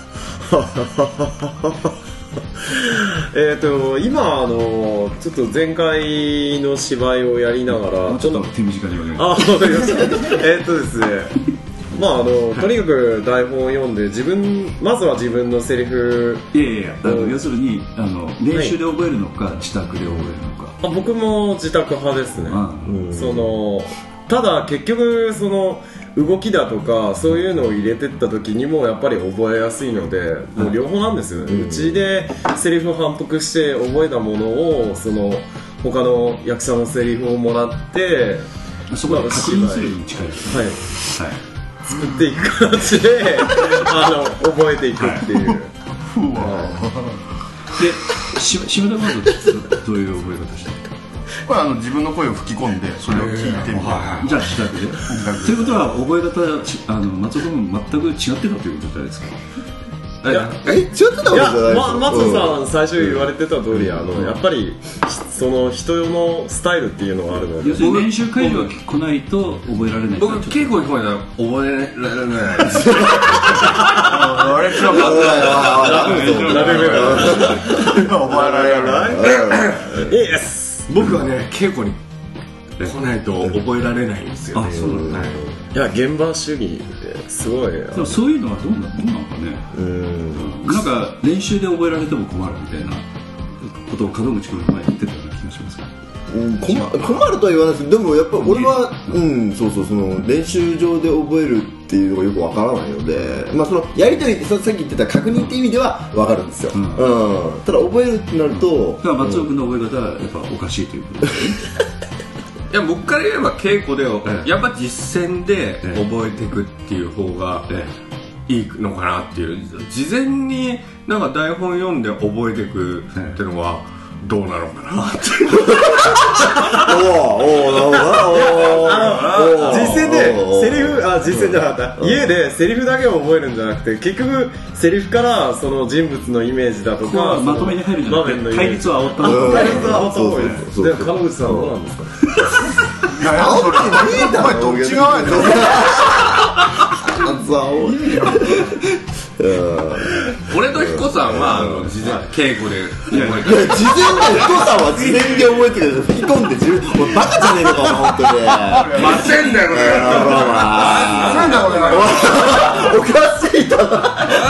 えっと今あのちょっと前回の芝居をやりながらちょっと手短にお願いします。 あ、わかりましたえっとですねまああのとにかく台本を読んで自分まずは自分のセリフいやいやいやあの要するにあの練習で覚えるのか、はい、自宅で覚えるのか。 あ、僕も自宅派ですね。 ああ、 そのただ結局その動きだとかそういうのを入れてった時にもやっぱり覚えやすいので、もう両方なんですよね。うちでセリフ反復して覚えたものをその他の役者のセリフをもらってそこで確認するに近いです。 はい、はい、作っていく形であの覚えていくっていう、 はい、でし島田君はどういう覚え方してる？ これあの自分の声を吹き込んでそれを聞いてみたい。 じゃあ自宅でということは覚え方あの松尾君全く違ってたということじゃないですか？ いやえ違ってたわけじゃないですよ。 松尾さん最初言われてた通り、あのやっぱりその人のスタイルっていうのがあるので、 要するに練習会場が来ないと覚えられない。 僕稽古に来ないと覚えられないです。あれ白かった覚えられないイエス。僕はね稽古に来ないと覚えられないんですよね。 あ、そうなんだ。 いや現場主義ですごい。でもそういうのはどうなどうなのかね。うん。なんか練習で覚えられても困るみたいなことを門口君の前言ってたような気がしますか。 うん、困, 困るとは言わないですけど、でもやっぱ俺は、うん、そうそう、その練習場で覚えるっていうのがよくわからないので、まあそのやり取り、さっき言ってた確認っていう意味ではわかるんですよ。うん。うん、ただ覚えるってなると、 だから松尾君の覚え方はやっぱおかしいということですね。 いや僕から言えば稽古でやっぱ実践で覚えていくっていう方がいいのかなっていう。事前になんか台本読んで覚えていくっていうのはどうなのかなって。 おおおお実践でセリフ、あ、実践じゃなかった、家でセリフだけを覚えるんじゃなくて、結局セリフからその人物のイメージだとかまとめに入るじゃなくて対立を煽ったの。 対立を煽った方がいいです。で門口さんはどうなんですか。 煽ってないだろ。お前どっち側やねん。 俺と彦さんはあの事前稽古で覚えてる。 事前で彦さんは事前で覚えてるけど吹き込んで自分、俺バカじゃねえのかお前本当に。 ませんだよこれ。 なんだこれ。 おかしいだろ。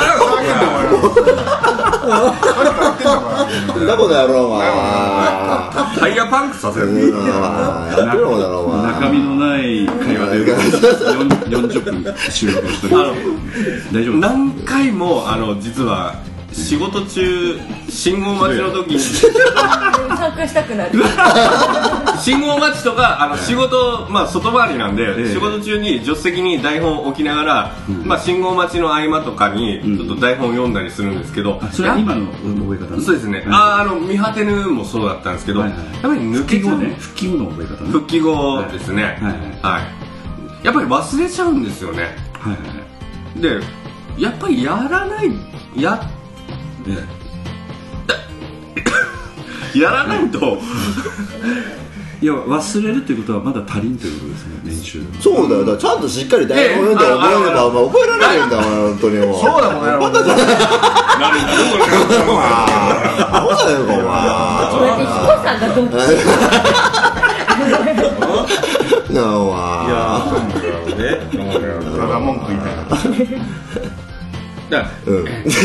そんなことやろうお前。 タイヤパンクさせる。 やってるもんだろお前。 中身のない会話でよんじゅっぷん収録してる。大丈夫。 何回もあの実は仕事中信号待ちの時に参加したくなる。 信号待ちとかあの仕事、まあ外回りなんで、ええ、仕事中に助手席に台本を置きながら、うん、まあ信号待ちの合間とかにちょっと台本を読んだりするんですけど、 うん、それは今の覚え方ね。 そうですね。ああの見果てぬもそうだったんですけど、はいはい、やっぱり抜けちゃうね。 復帰後の覚え方ね。 復帰後ですね。はい、はいはい、やっぱり忘れちゃうんですよね。はいはい、でやっぱりやらないややらないといや忘れるということはまだ足りんということですね、練習。 そうだよ、だからちゃんとしっかり台本読んで覚えれば、まあ、覚えられるんだよ本当にもう。 そうだもんね。 バカじゃない。アホじゃねえかお前。 彦さんがどっち。 なあお前。 いやー、ね。 ただ文句言いたいな。 だうん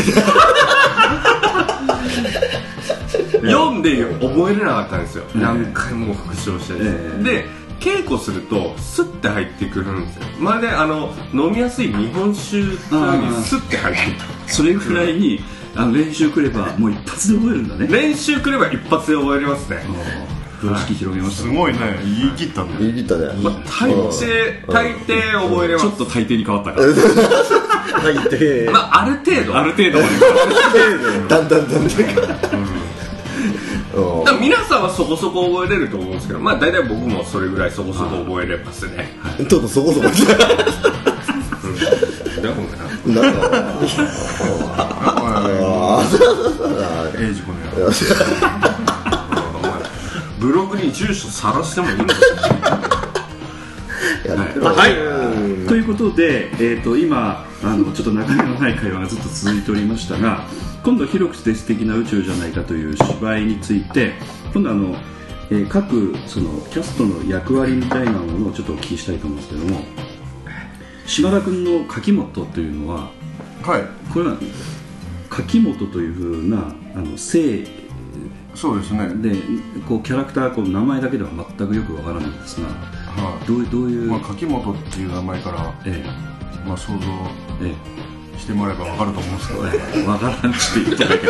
読んで覚えれなかったんですよ、うん、何回も復唱したり、えー、で稽古するとスッて入ってくるんですよ。まるであの飲みやすい日本酒のようにスッて入ってくる。 それぐらいにあの練習くればもう一発で覚えるんだね。 練習くれば一発で覚えれますね。 風呂敷広げました、 ね、すごいね、言い切ったね。 言い切ったね、 まあ、大抵大抵覚えれます。 ちょっと大抵に変わったから大抵まあある程度ある程度までだんだんだんだんだから皆さんはそこそこ覚えれると思うんですけど、まあ大体僕もそれぐらいそこそこ覚えれますね。 ちょっとそこそこだからなんかええ事故ね。 ブログに住所さらしてもいいんですよ。はい、ということで、えー、と今あのちょっと中身のない会話がずっと続いておりましたが、今度広くて素敵な宇宙じゃないかという芝居について、今度あの、えー、各そのキャストの役割みたいなものをちょっとお聞きしたいと思うんですけども、島田君の柿本というのは、 はい、 これは柿本というふうなあの姓そうですね。 でこうキャラクターこう名前だけでは全くよくわからないんですが、 はい、 どうどういう、 まあ、柿本っていう名前から、ええまあ、想像、ええ、してもらえばわかると思うんですけど、ね、 わからんって言ってたけど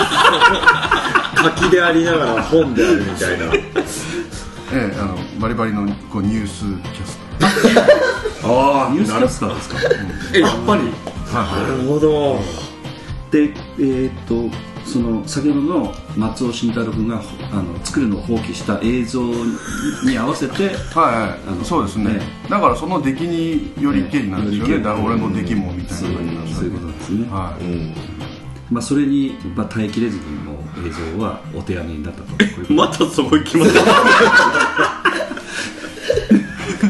柿でありながら本であるみたいなええ、あのバリバリのこうニュースキャスターああニュースキャスターですか、 えやっぱり、 はい、なるほど。 でえー、っとその先ほどの松尾慎太郎君があの作るのを放棄した映像に合わせてはい、 はい、あのそうですね、えー、だからその出来によりけりなんですよね、えー、だから俺の出来もみたいな感じなんですそういうことなんですね、 はい、うんまあ、それに、まあ、耐えきれずにも映像はお手上げになったと。こういうことまたそこ行きました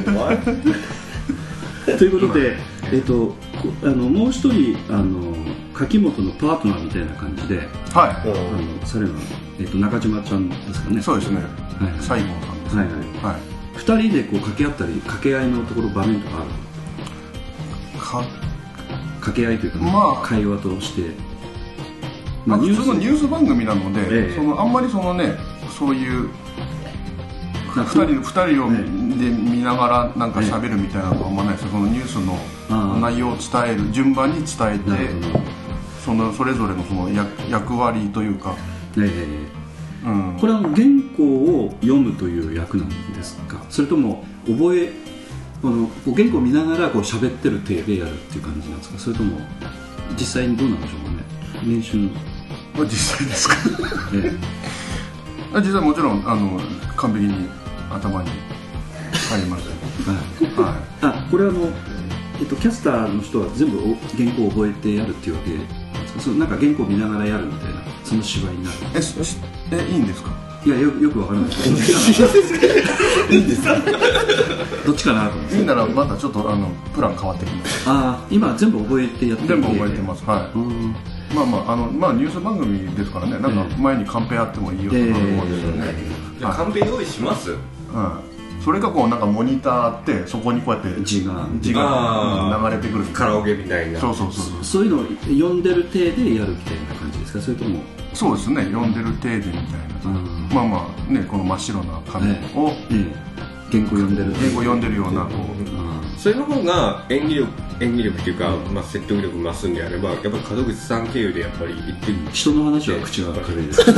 ということで、えー、とあのもう一人あの柿本のパートナーみたいな感じで、 はい、 あのされるのは、えー、と中島ちゃんですかね。 そうですね、 はいはい、 西郷さんですね。 はいはいはい、ふたりでこう掛け合ったり掛け合いのところ場面とかあるか掛け合いというか、ね、まあ、会話として、 まあ、普通のニュース番組なので、ええ、そのあんまりそのねそういうふたり、ふたりをで見ながらなんか喋るみたいなのはあんまないですよ。そのニュースの内容を伝える順番に伝えて、そのそれぞれのその 役, 役割というか、ええ、うん、これは原稿を読むという役なんですか、それとも覚えこのこう原稿を見ながらこう喋ってる体でやるっていう感じなんですか、それとも実際にどうなんでしょうかね、練習の。 実際ですか、ええ、実際もちろんあの完璧に頭に入りました、はいはい、 あこれはあの、えっと、キャスターの人は全部原稿を覚えてやるっていうわけなんですか、そのなんか原稿を見ながらやるみたいなその芝居になる。 ええいいんですか。 いや よ, よくわからないですけどいいんですかどっちかなと思って。 いいならまたちょっとあのプラン変わってきます。 ああ今全部覚えてやってる。 全部覚えてます。はい。うんまあまああのまあニュース番組ですからね、なんか前にカンペあってもいいよとか思うんですよね。 じゃあカンペ用意します。うん。 それがこうなんかモニターあってそこにこうやって字が字が流れてくるカラオケみたいな。 そうそうそうそう。 そういうのを読んでる体でやるみたいな感じですか、それとも。 そうですね、読んでる体でみたいな。まあまあねこの真っ白な紙を原稿読んでる原稿読んでるようなこう。それの方が演技力演技力っていうか、まあ、説得力増すんであればやっぱり門口さん経由でやっぱり言って人の話は口が軽いですす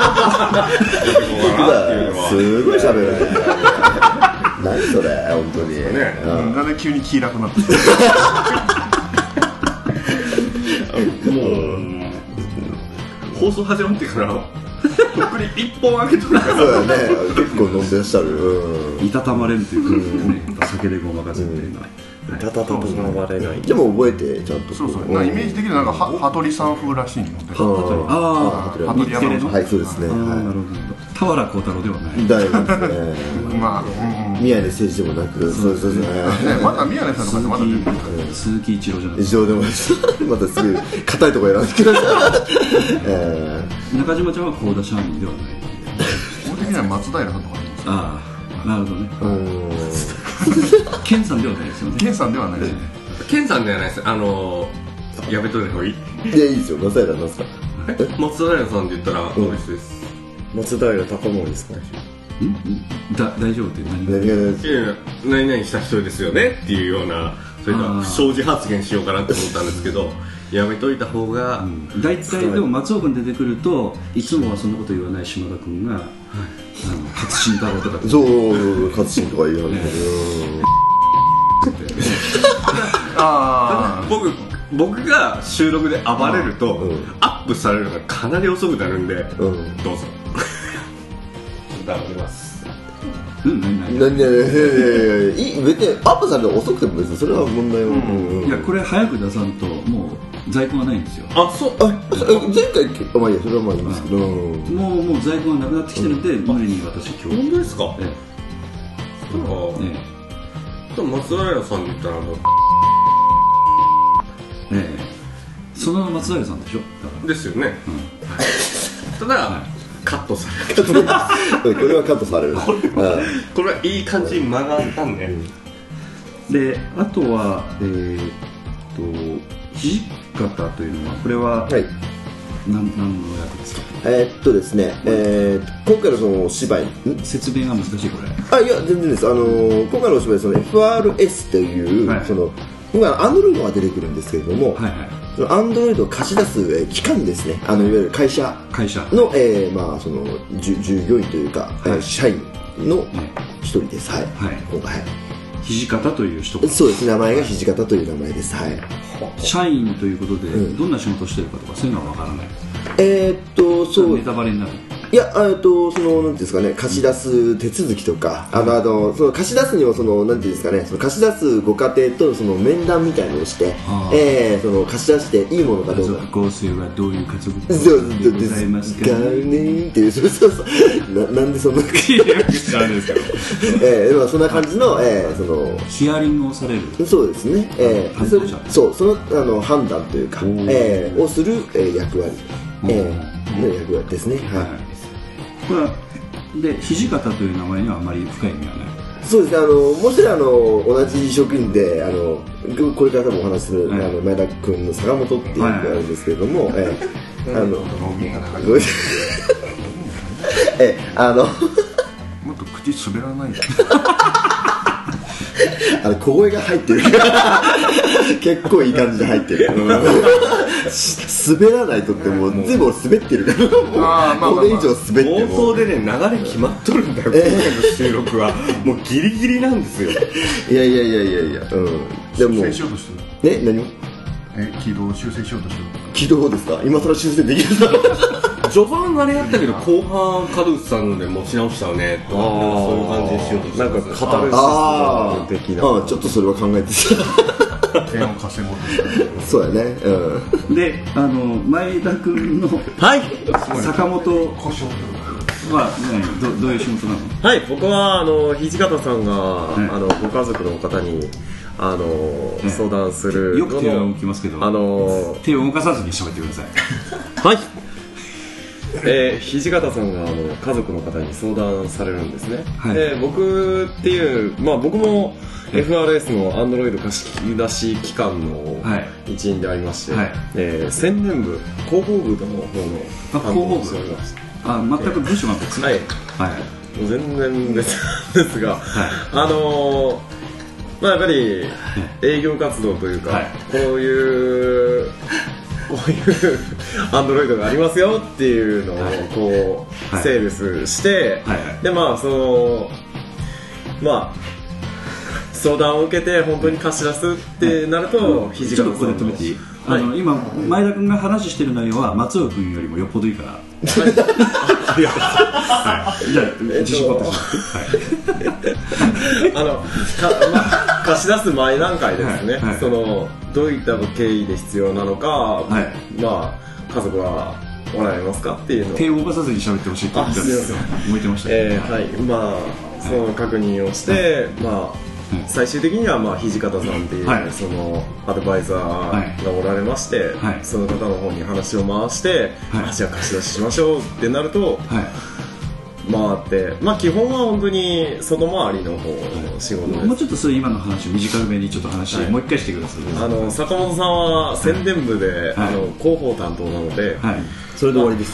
ごい喋るね何それ本当にね、 うん、なんで急に気楽になってもう放送始まってからこっくり一本開けとるからそうだね結構飲んでらっしゃる、 うん、いたたまれんというか、ね、酒でごまかせみたいな、 いたたたまれない。 でも覚えてちゃんと。 そうそう。イメージ的になんか羽鳥さん風らしいので。 ああ、 羽鳥山の。 はいそうですね。 なるほど。田原幸太郎ではない。 大丈夫ですね。まあ宮根誠司でもなく、そうそうそう。 まだ宮根さんとかでまだ出てる。鈴木一郎じゃない。 一郎でもまたすぐ硬いところ選んでください。 中島ちゃんは幸田社員ではない。 基本的には松平さんとかでいいんですよ。 ああ、なるほどね。ケンさんではないですよね。 ケンさんではないですね。 ケンさんではないです。あのー、やめといた方がいい。 いやいいですよ。松平なんですか。 松平さんって言ったらノリスです。 松平孝則ですかね。 ん？だ大丈夫って何？ 何がです？ いやいや何々した人ですよねっていうようなそういうの不祥事発言しようかなと思ったんですけど。やめといた方が、うん、 大体でも松尾君出てくるといつもはそんなこと言わない島田君が、はい、あの勝新太郎とかそう勝新とか言うのあ僕僕が収録で暴れると、うん、アップされるのがかなり遅くなるんで、うん、どうぞ頑張りますうん、何何何何いい別にアップされるの遅くても別にそれは問題は、 うんうん、いやこれ早く出さんともう在庫がないんですよ。 あそうあ前回あまあいいやそれはまあいいんですけど、 うん、もうもう在庫がなくなってきてるんで、うん、無理に私今日本当ですか。ええそうか、 ええ、松平さんで言ったらあのええその松平さんでしょだからですよね、うん、ただ、はいカットされるこれはカットされるこれは、これはいい感じに間があったんで、 であとはえー、っと土方というのはこれは、はい、何, 何の役ですか。 えー、っとですね、えー、今回のそのお芝居説明が難しいこれ。 あいや全然です。あのー、今回のお芝居その エフアールエス という、はい、その今回アンドロイドが出てくるんですけれども、はいはい、アンドロイドを貸し出す、えー、機関ですね、あのいわゆる会社の、えーまあ、その従業員というか、はい、社員の一人です、はいはい、今回、はい、 土方という人。 そうです、名前が土方という名前です、はい、 社員ということで、うん、どんな仕事をしているかとかそういうのは分からない。 えー、っとそうネタバレになる。 いいや、えっと、その、なんていうんですかね、貸し出す手続きとか、あの、あの、その貸し出すにも、その、なんていうんですかね、その貸し出すご家庭と、その面談みたいなのをして、えー、その、貸し出していいものかどうか。 家族構成はどういう家族構そう成でございますかねーっていう、そうそうそう。な、なんでそんな。 いや、知らないですけど。 えー、まあ、そんな感じの、えー、その、 ヒアリングをされる。 そうですね。えー、それそう、その、あの、判断というか、えー、をする、えー、役割、えー、の役割ですね。はい。 これはで土方という名前にはあまり深い意味はない。 そうですね、あのもう一人あの同じ職員であのこれから多分お話しする、はい、あの前田君の坂本っていうのがあるんですけれども、はい、えー、あのえあのもっと口滑らないあの小声が入ってる結構いい感じで入ってる滑らないとってもう全部滑ってるからこれ以上滑っても冒頭でね流れ決まっとるんだよ、今回の収録はもうギリギリなんですよ。 いやいやいやいやいや、うん、でも修正しようとしてる。 ね、何をえ軌道を修正しようとしてる。 軌道ですか？今更修正できる序盤あれやったけど後半門内さんので持ち直したよねとかそういう感じにしようとしてなんかカタルシス的な。 ああ、ちょっとそれは考えてた点を稼ごうとしてる。 そうやね、うん、 で、あの前田君のはい坂本は何 ど, どういう仕事なの？ はい、僕はあの土方さんが、 はい、 あのご家族の方にあの、ね、相談するよく手を動きますけど、あの手を動かさずに喋ってください。 はい、えー、土方さんがあの家族の方に相談されるんですね、はい、で僕っていう、まあ、僕も エフアールエス の Android 貸し出し機関の一員でありまして、はい、えー、宣伝部広報部の方の担当をしております。 あ、全く部署が別に、はい、 はい、もう全然別ですが、はい、あのー、まあ、やっぱり営業活動というか、はい、こういうこういうアンドロイドがありますよっていうのをこう、はい、セールスして、はいはい、でまあそのまあ相談を受けて本当に貸し出すってなると、はい、土方さんのちょっとここで止めていい？あの、はい、今前田君が話してる内容は松尾君よりもよっぽどいいから、はい、ありがとうございます、はい、じゃあ自信持ってあのか、まあ、貸し出す前段階ですね、はいはい、そのどういった経緯で必要なのか、はい、まあ家族はおられますかっていうのを手を動かさずに喋ってほしいと言ってたんですよ。向いてました、 えー、はい、まあその確認をして、はい、まあ最終的にはまあ土方さんっていう、はい、そのアドバイザーがおられまして、はい、その方の方に話を回して、はい、じゃあ貸し出ししましょうってなると、はい、回って、まあ基本は本当に外回りの方の仕事です。 もうちょっとそれ今の話を短めにちょっと話、はい、もう一回してください。 あの坂本さんは宣伝部で、はい、あの広報担当なので、はい、 それで終わりです。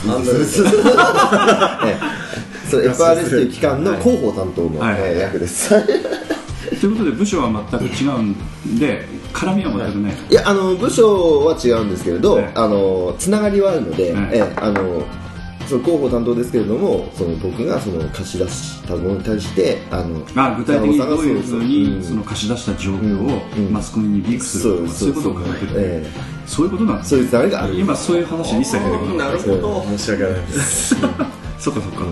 それ エフアールエス という機関の広報担当の、はい、役です。 ということで部署は全く違うんで絡みは全くない。 いや、あの部署は違うんですけれど、はい、あのつながりはあるので、はい、えあのその広報担当ですけれども、その僕がその貸し出したものに対してあのあ具体的にどういうふうにその貸し出した状況をマスコミにリークするとか、そういうことを考えてる、えー、そういうことなんです。 そういうつながりがある。 今そういう話一切出てこない。 なるほど、申し訳ないですそっかそっか、うん、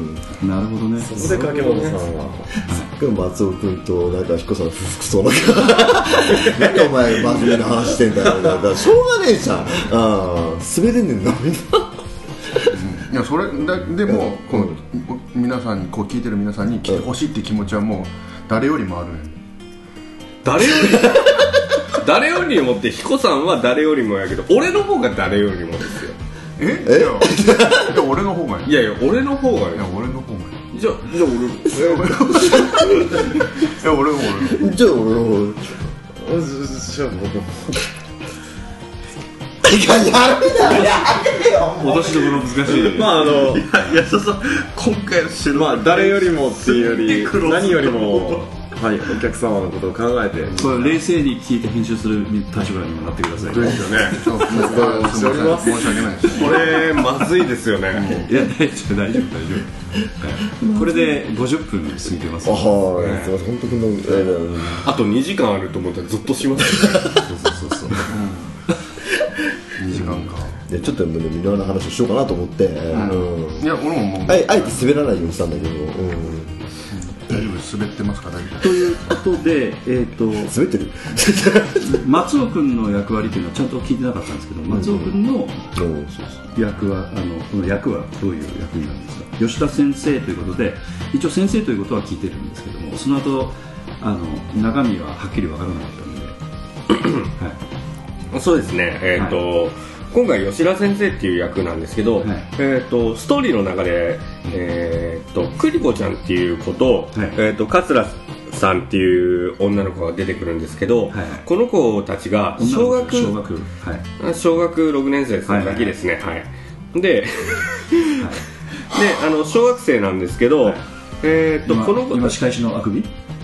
なるほどね。 そこで掛本さんは松尾君となんか彦さんの不服そうななんでお前真面目な話してんだよ。だからしょうがねえじゃん。あ滑れんねんなみんな。 いやそれだでも、この皆さんにこう聞いてる皆さんに来てほしいって気持ちはもう誰よりもあるね。 誰より誰よりもって彦さんは誰よりもやけど、俺の方が誰よりもですよ。 ええいや俺の方がいい。 いやいや俺の方がいい。 いや俺の方がいい。 じゃじゃあ俺いや俺の俺のじゃあ俺の方じゃあ僕いややめだやめよ。 戻しどころ難しい。 まああのいやいやそうそう今回の収録まあ誰よりもっていうより何よりもはい、お客様のことを考えてこれ冷静に聞いて編集する立場にもなってください。 そうですよね。そうしております。 申し訳ないです。 これまずいですよね。 いや大丈夫大丈夫大丈夫。これでごじゅっぷん過ぎてます。 ああ、本当にあとにじかんあると思ったらずっとします。そうそうそうそう。 にじかんか。 でちょっとみんなの話をしようかなと思って、うんうん、いや俺ももうあ, あえて滑らないようにしたんだけど、うん、 大丈夫です、滑ってますか大丈夫ということで、えー、と滑ってる松尾君の役割というのはちゃんと聞いてなかったんですけど、松尾君の役は、あのこの役はどういう役になるんですか。吉田先生ということで、一応先生ということは聞いてるんですけども、その後あの中身ははっきり分からなかったので、 はい、そうですね、えーとはい、今回吉田先生っていう役なんですけど、はい、えー、とストーリーの中で、えー、とクリコちゃんっていう子と、はい、えー、と桂さんっていう女の子が出てくるんですけど、はい、この子たちが小学小学、 はい、小学ろくねん生だけですね、はいはいはい、で、はい、であの小学生なんですけど、はい、えー、とこの子今仕返しのあくび違う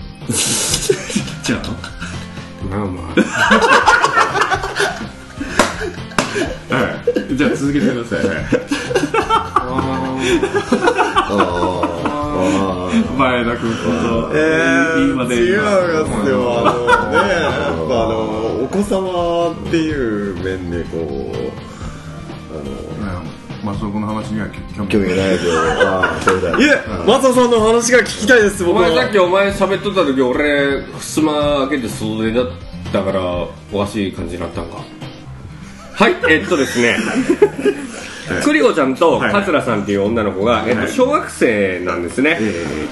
の。 まあまあはい、じゃあ続けてください。はい、あ前田君こと、 えー、今で違うんですよ、あのね、やっぱあのお子様っていう面でこうあの、ね、松尾君の話には興味興味ないけど、あそうだいえ、松尾さんの話が聞きたいです。 お前さっきお前喋っとった時、俺襖開けて袖だったからおかしい感じになったんか。はい、えっとですねクリコちゃんと桂さんっていう女の子が、はい、えっと、小学生なんですね、はい、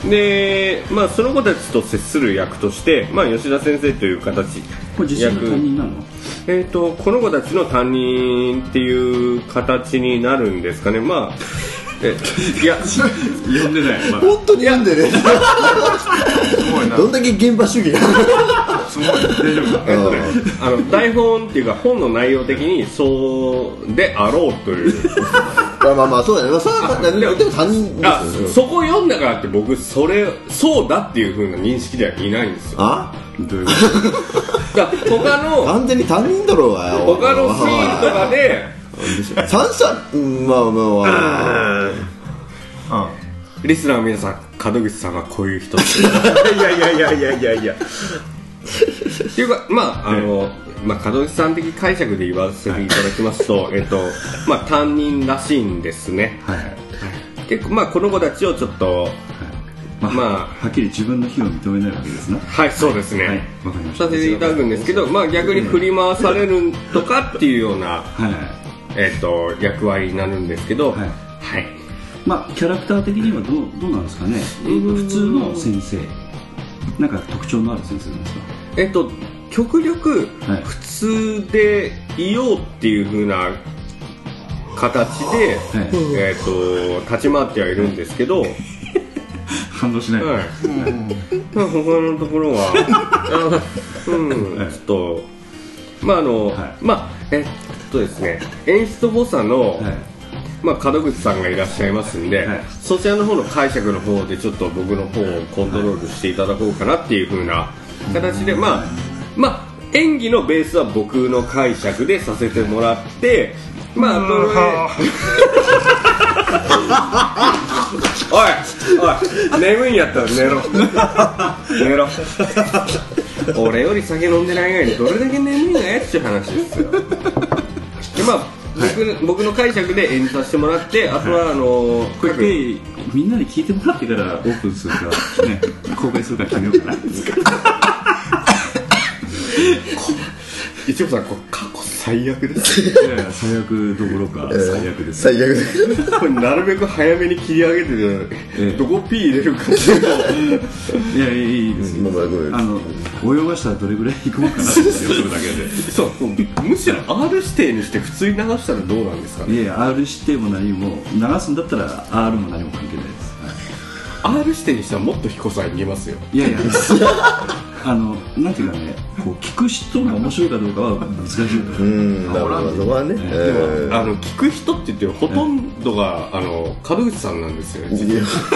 で、まあ、その子たちと接する役として、まあ、吉田先生という形これ実際の担任なの？ えっと、この子たちの担任っていう形になるんですかね。まあえいや読んでない、まあ、 本当に読んでねすごいな。どんだけ現場主義すごい大丈夫か、 えっとね、あの台本っていうか本の内容的にそうであろうというまあまあまあそうだね、まあ、そうだね、でも担任ですよね。そこを読んだからって僕それそうだっていう風な認識ではいないんですよ。 あどういうことだ他の完全に担任だろうがよ。 他のシーンとかで三者、うん、まあまあまあリスナーの皆さん、門口さんはこういう人いやいやいやいやいやいやっていうか、まああの、まあ、門口さん的解釈で言わせていただきますと、えっとまあ、担任らしいんですね、はいはい、結構、まあ、この子たちをちょっと、はい、 まあまあ、はっきり自分の非を認めないわけですね。 はい、そうですね、はい、 わかりました。 させていただくんですけど、まあ、逆に振り回されるとかっていうような、はいえー、と役割になるんですけど、はいはい、 まあ、キャラクター的にはど う, どうなんですかね。普通の先生、なんか特徴のある先生なんですか。 えっ、ー、と極力普通でいようっていう風な形で、はいえー、と立ち回ってはいるんですけど、はい、 反応しない、はいまあ、他のところはうん、はい、ちょっとまああの、はい、まあえっとですね演出補佐の、はいまあ、門口さんがいらっしゃいますんで、はい、そちらの方の解釈の方でちょっと僕の方をコントロールしていただこうかなっていう風な形で、まあまあ演技のベースは僕の解釈でさせてもらって、まあこれおいおい眠いんやったら寝ろ寝ろ俺より酒飲んでない以外にどれだけ眠いのやっていう話ですよ。でまあ僕, はい、僕の解釈で演じさせてもらって、あとはあのー、 これみんなに聞いてもらってからオープンするか、ね、公開するか決めようかな一応さんこれ過去最悪ですいやいや最悪どころか最悪です、 最悪ですこれなるべく早めに切り上げて、ええ、どこ P 入れるかいやいいですよ、うん、あの泳がしたらどれぐらいいくのかなっていうそれだけでそうむしろ R 指定にして普通に流したらどうなんですかね。 いや R 指定も何も流すんだったら R も何も関係ないです、 はい、R 指定にしたらもっと彦さん言えますよ。 いやいやあのなんていうかね、こう聞く人が面白いかどうかは難しい。 うんなるほどそこはね、 えー、でもあの聞く人って言ってほとんどが、えー、あの門口さんなんですよね。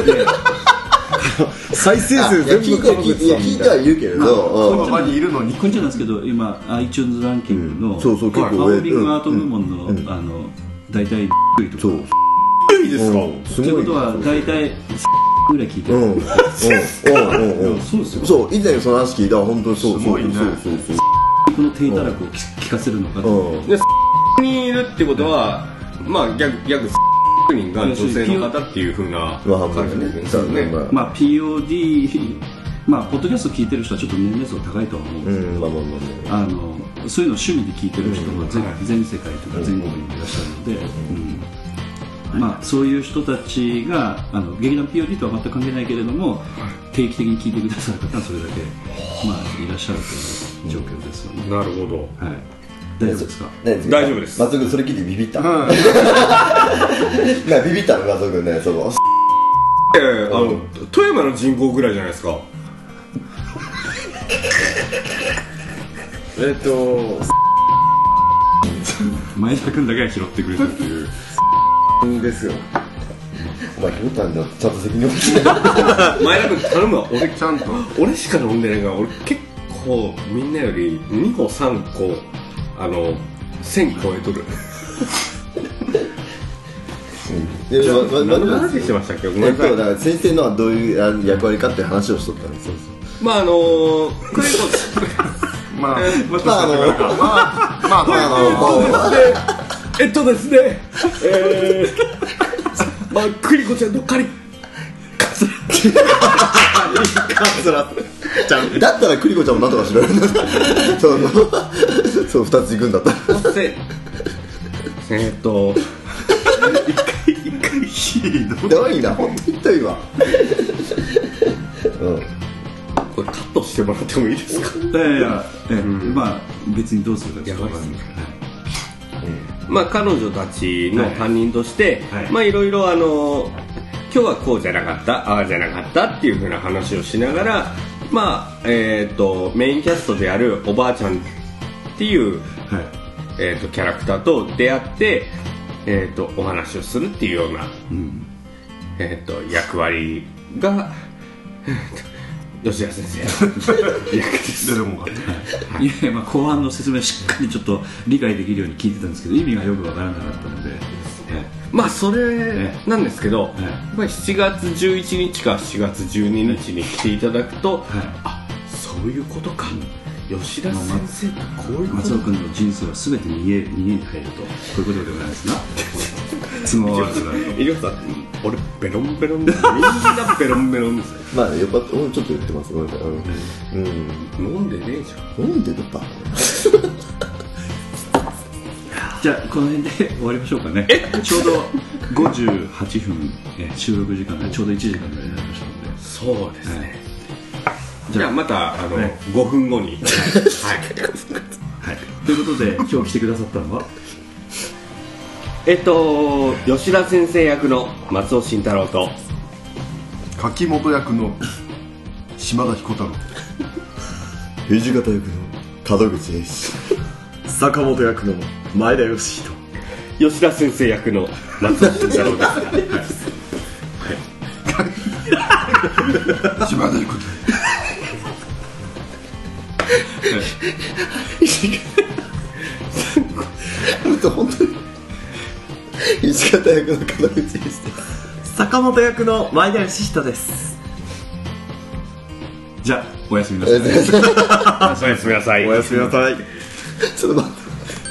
再生数全部聞いて聞いては言うけれど、 その場にいるのにこんちゃんなんですけど今 iTunes ランキングの、 うん、そうそう結構パワービングアート部門の、うん、あの大体いとか。 そういいですか。 ということは大体ぐらい聞いてる。うん、うん、うん、そうですよ。 そう以前その話聞いたら本当にそうすごいね。 そうそうそうこの低たらくを聞かせるのか。 でにいるってことは、まあ逆逆人が女性の方っていう風な感じですよね。 まあ ピーオーディー、まあポッドキャスト聞いてる人はちょっと年齢層高いとは思うんですけど、うんまあまあまあまあ、あのそういうのを趣味で聞いてる人が 全,、うん、全世界とか全国にいらっしゃるので、うんうん、まあそういう人たちがあの劇団 ピーオーディー とは全く関係ないけれども定期的に聞いてくださる方はそれだけ、まあ、いらっしゃるという状況ですよね。 なるほど、 はい、大丈夫ですか？ 大丈夫です。 松尾君それ聞いてビビった、うん、なビビったの松尾君ね。そのえー、あの富山の人口ぐらいじゃないですか。 えっと前田君だけが拾ってくれたっていうですよ。お前拾ったんだ、ちゃんと責任を持って前田君頼むわ。俺ちゃんと俺しか飲んでないから、俺結構みんなよりにこさんこあのせん超えとる。何の話してましたっけ？ごめんなさい。 だから先生のはどういう役割かっていう話をしとったんです。そうそう。 まああのー、クリコまあ、 まああのまあまああのえっとですね、えー、まあクリコちゃんのカリカツラだったらクリコちゃんもなんとかしろよ。そうそうふたついくんだったら。 えっと一回一回ひどいな、本当にひどいわ。うんこれカットしてもらってもいいですか？ いやいや、えうん、まあ別にどうするかちょっと分からないですけど、はいうん、まあ彼女たちの担任として、はいはい、まあいろいろあの今日はこうじゃなかった、ああじゃなかったっていう風な話をしながら、まあえっとメインキャストであるおばあちゃんっていう、はいえー、とキャラクターと出会って、えー、とお話をするっていうような、うんえー、と役割が吉田先生の役です。 でも、はい、いやまあ後半の説明をしっかりちょっと理解できるように聞いてたんですけど意味がよくわからなかったので、 まあそれなんですけど、はいまあ、しちがつじゅういちにちかしがつじゅうににちに来ていただくと、はい、あそういうことか、うん、吉田先生ってこういうこと松尾君の人生は全て逃げ逃げに入るとこういうことでございますな。 つもりですね。いりさん、俺ベロンベロンです。みんなベロンベロンです。 まあよかった。俺ちょっと言ってます。ごめんなさい。 うん、飲んでねえじゃん。 飲んでるば。 じゃあこの辺で終わりましょうかね。ちょうどごじゅうはっぷんえ収録時間がちょうどいちじかんぐらいになりましたので。 そうですね。はい、じゃあまたあの、ね、ごふんごに。はい。はい。 ということで今日来てくださったのは。 えっと吉田先生役の松尾慎太郎と柿本役の島田彦太郎、 土方役の門口英二、 坂本役の前田義人、 吉田先生役の松尾慎太郎です。 はい、島田彦太郎。本当に土方役の門口英二です。 坂本役の前田義人です。 じゃあおやすみなさい。 おやすみなさい。 おやすみなさい。 ちょっと待って。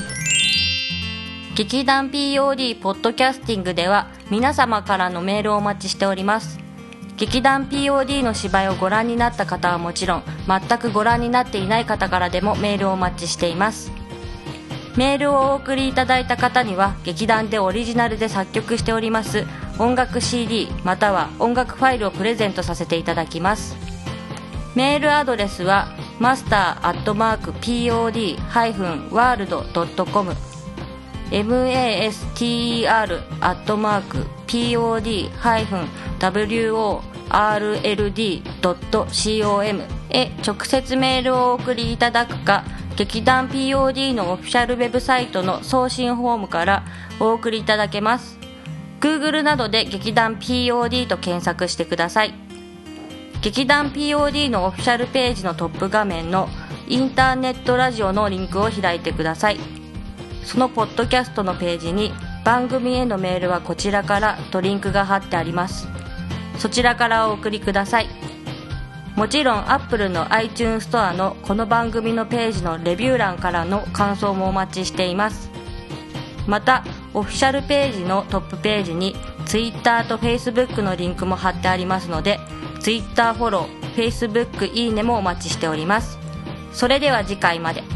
劇団 ピーオーディー ポッドキャスティングでは皆様からのメールをお待ちしております。劇団 ピーオーディー の芝居をご覧になった方はもちろん、全くご覧になっていない方からでもメールをお待ちしています。メールをお送りいただいた方には劇団でオリジナルで作曲しております音楽 シーディー または音楽ファイルをプレゼントさせていただきます。メールアドレスはマスターアットマーク ピーオーディー ハイフン ワールド ドット コム マスター アットマーク ピーオーディー ハイフン ワールド ドット コム へ直接メールをお送りいただくか、劇団 ピーオーディー のオフィシャルウェブサイトの送信フォームからお送りいただけます。 Google などで劇団 ピーオーディー と検索してください。劇団 ピーオーディー のオフィシャルページのトップ画面のインターネットラジオのリンクを開いてください。そのポッドキャストのページに番組へのメールはこちらからとリンクが貼ってあります。そちらからお送りください。もちろん Apple の iTunes ストアのこの番組のページのレビュー欄からの感想もお待ちしています。 またオフィシャルページのトップページに Twitter と Facebook のリンクも貼ってありますので、 Twitter フォロー、 Facebook いいねもお待ちしております。それでは次回まで。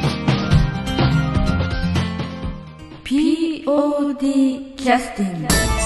ピーオーディー キャスティング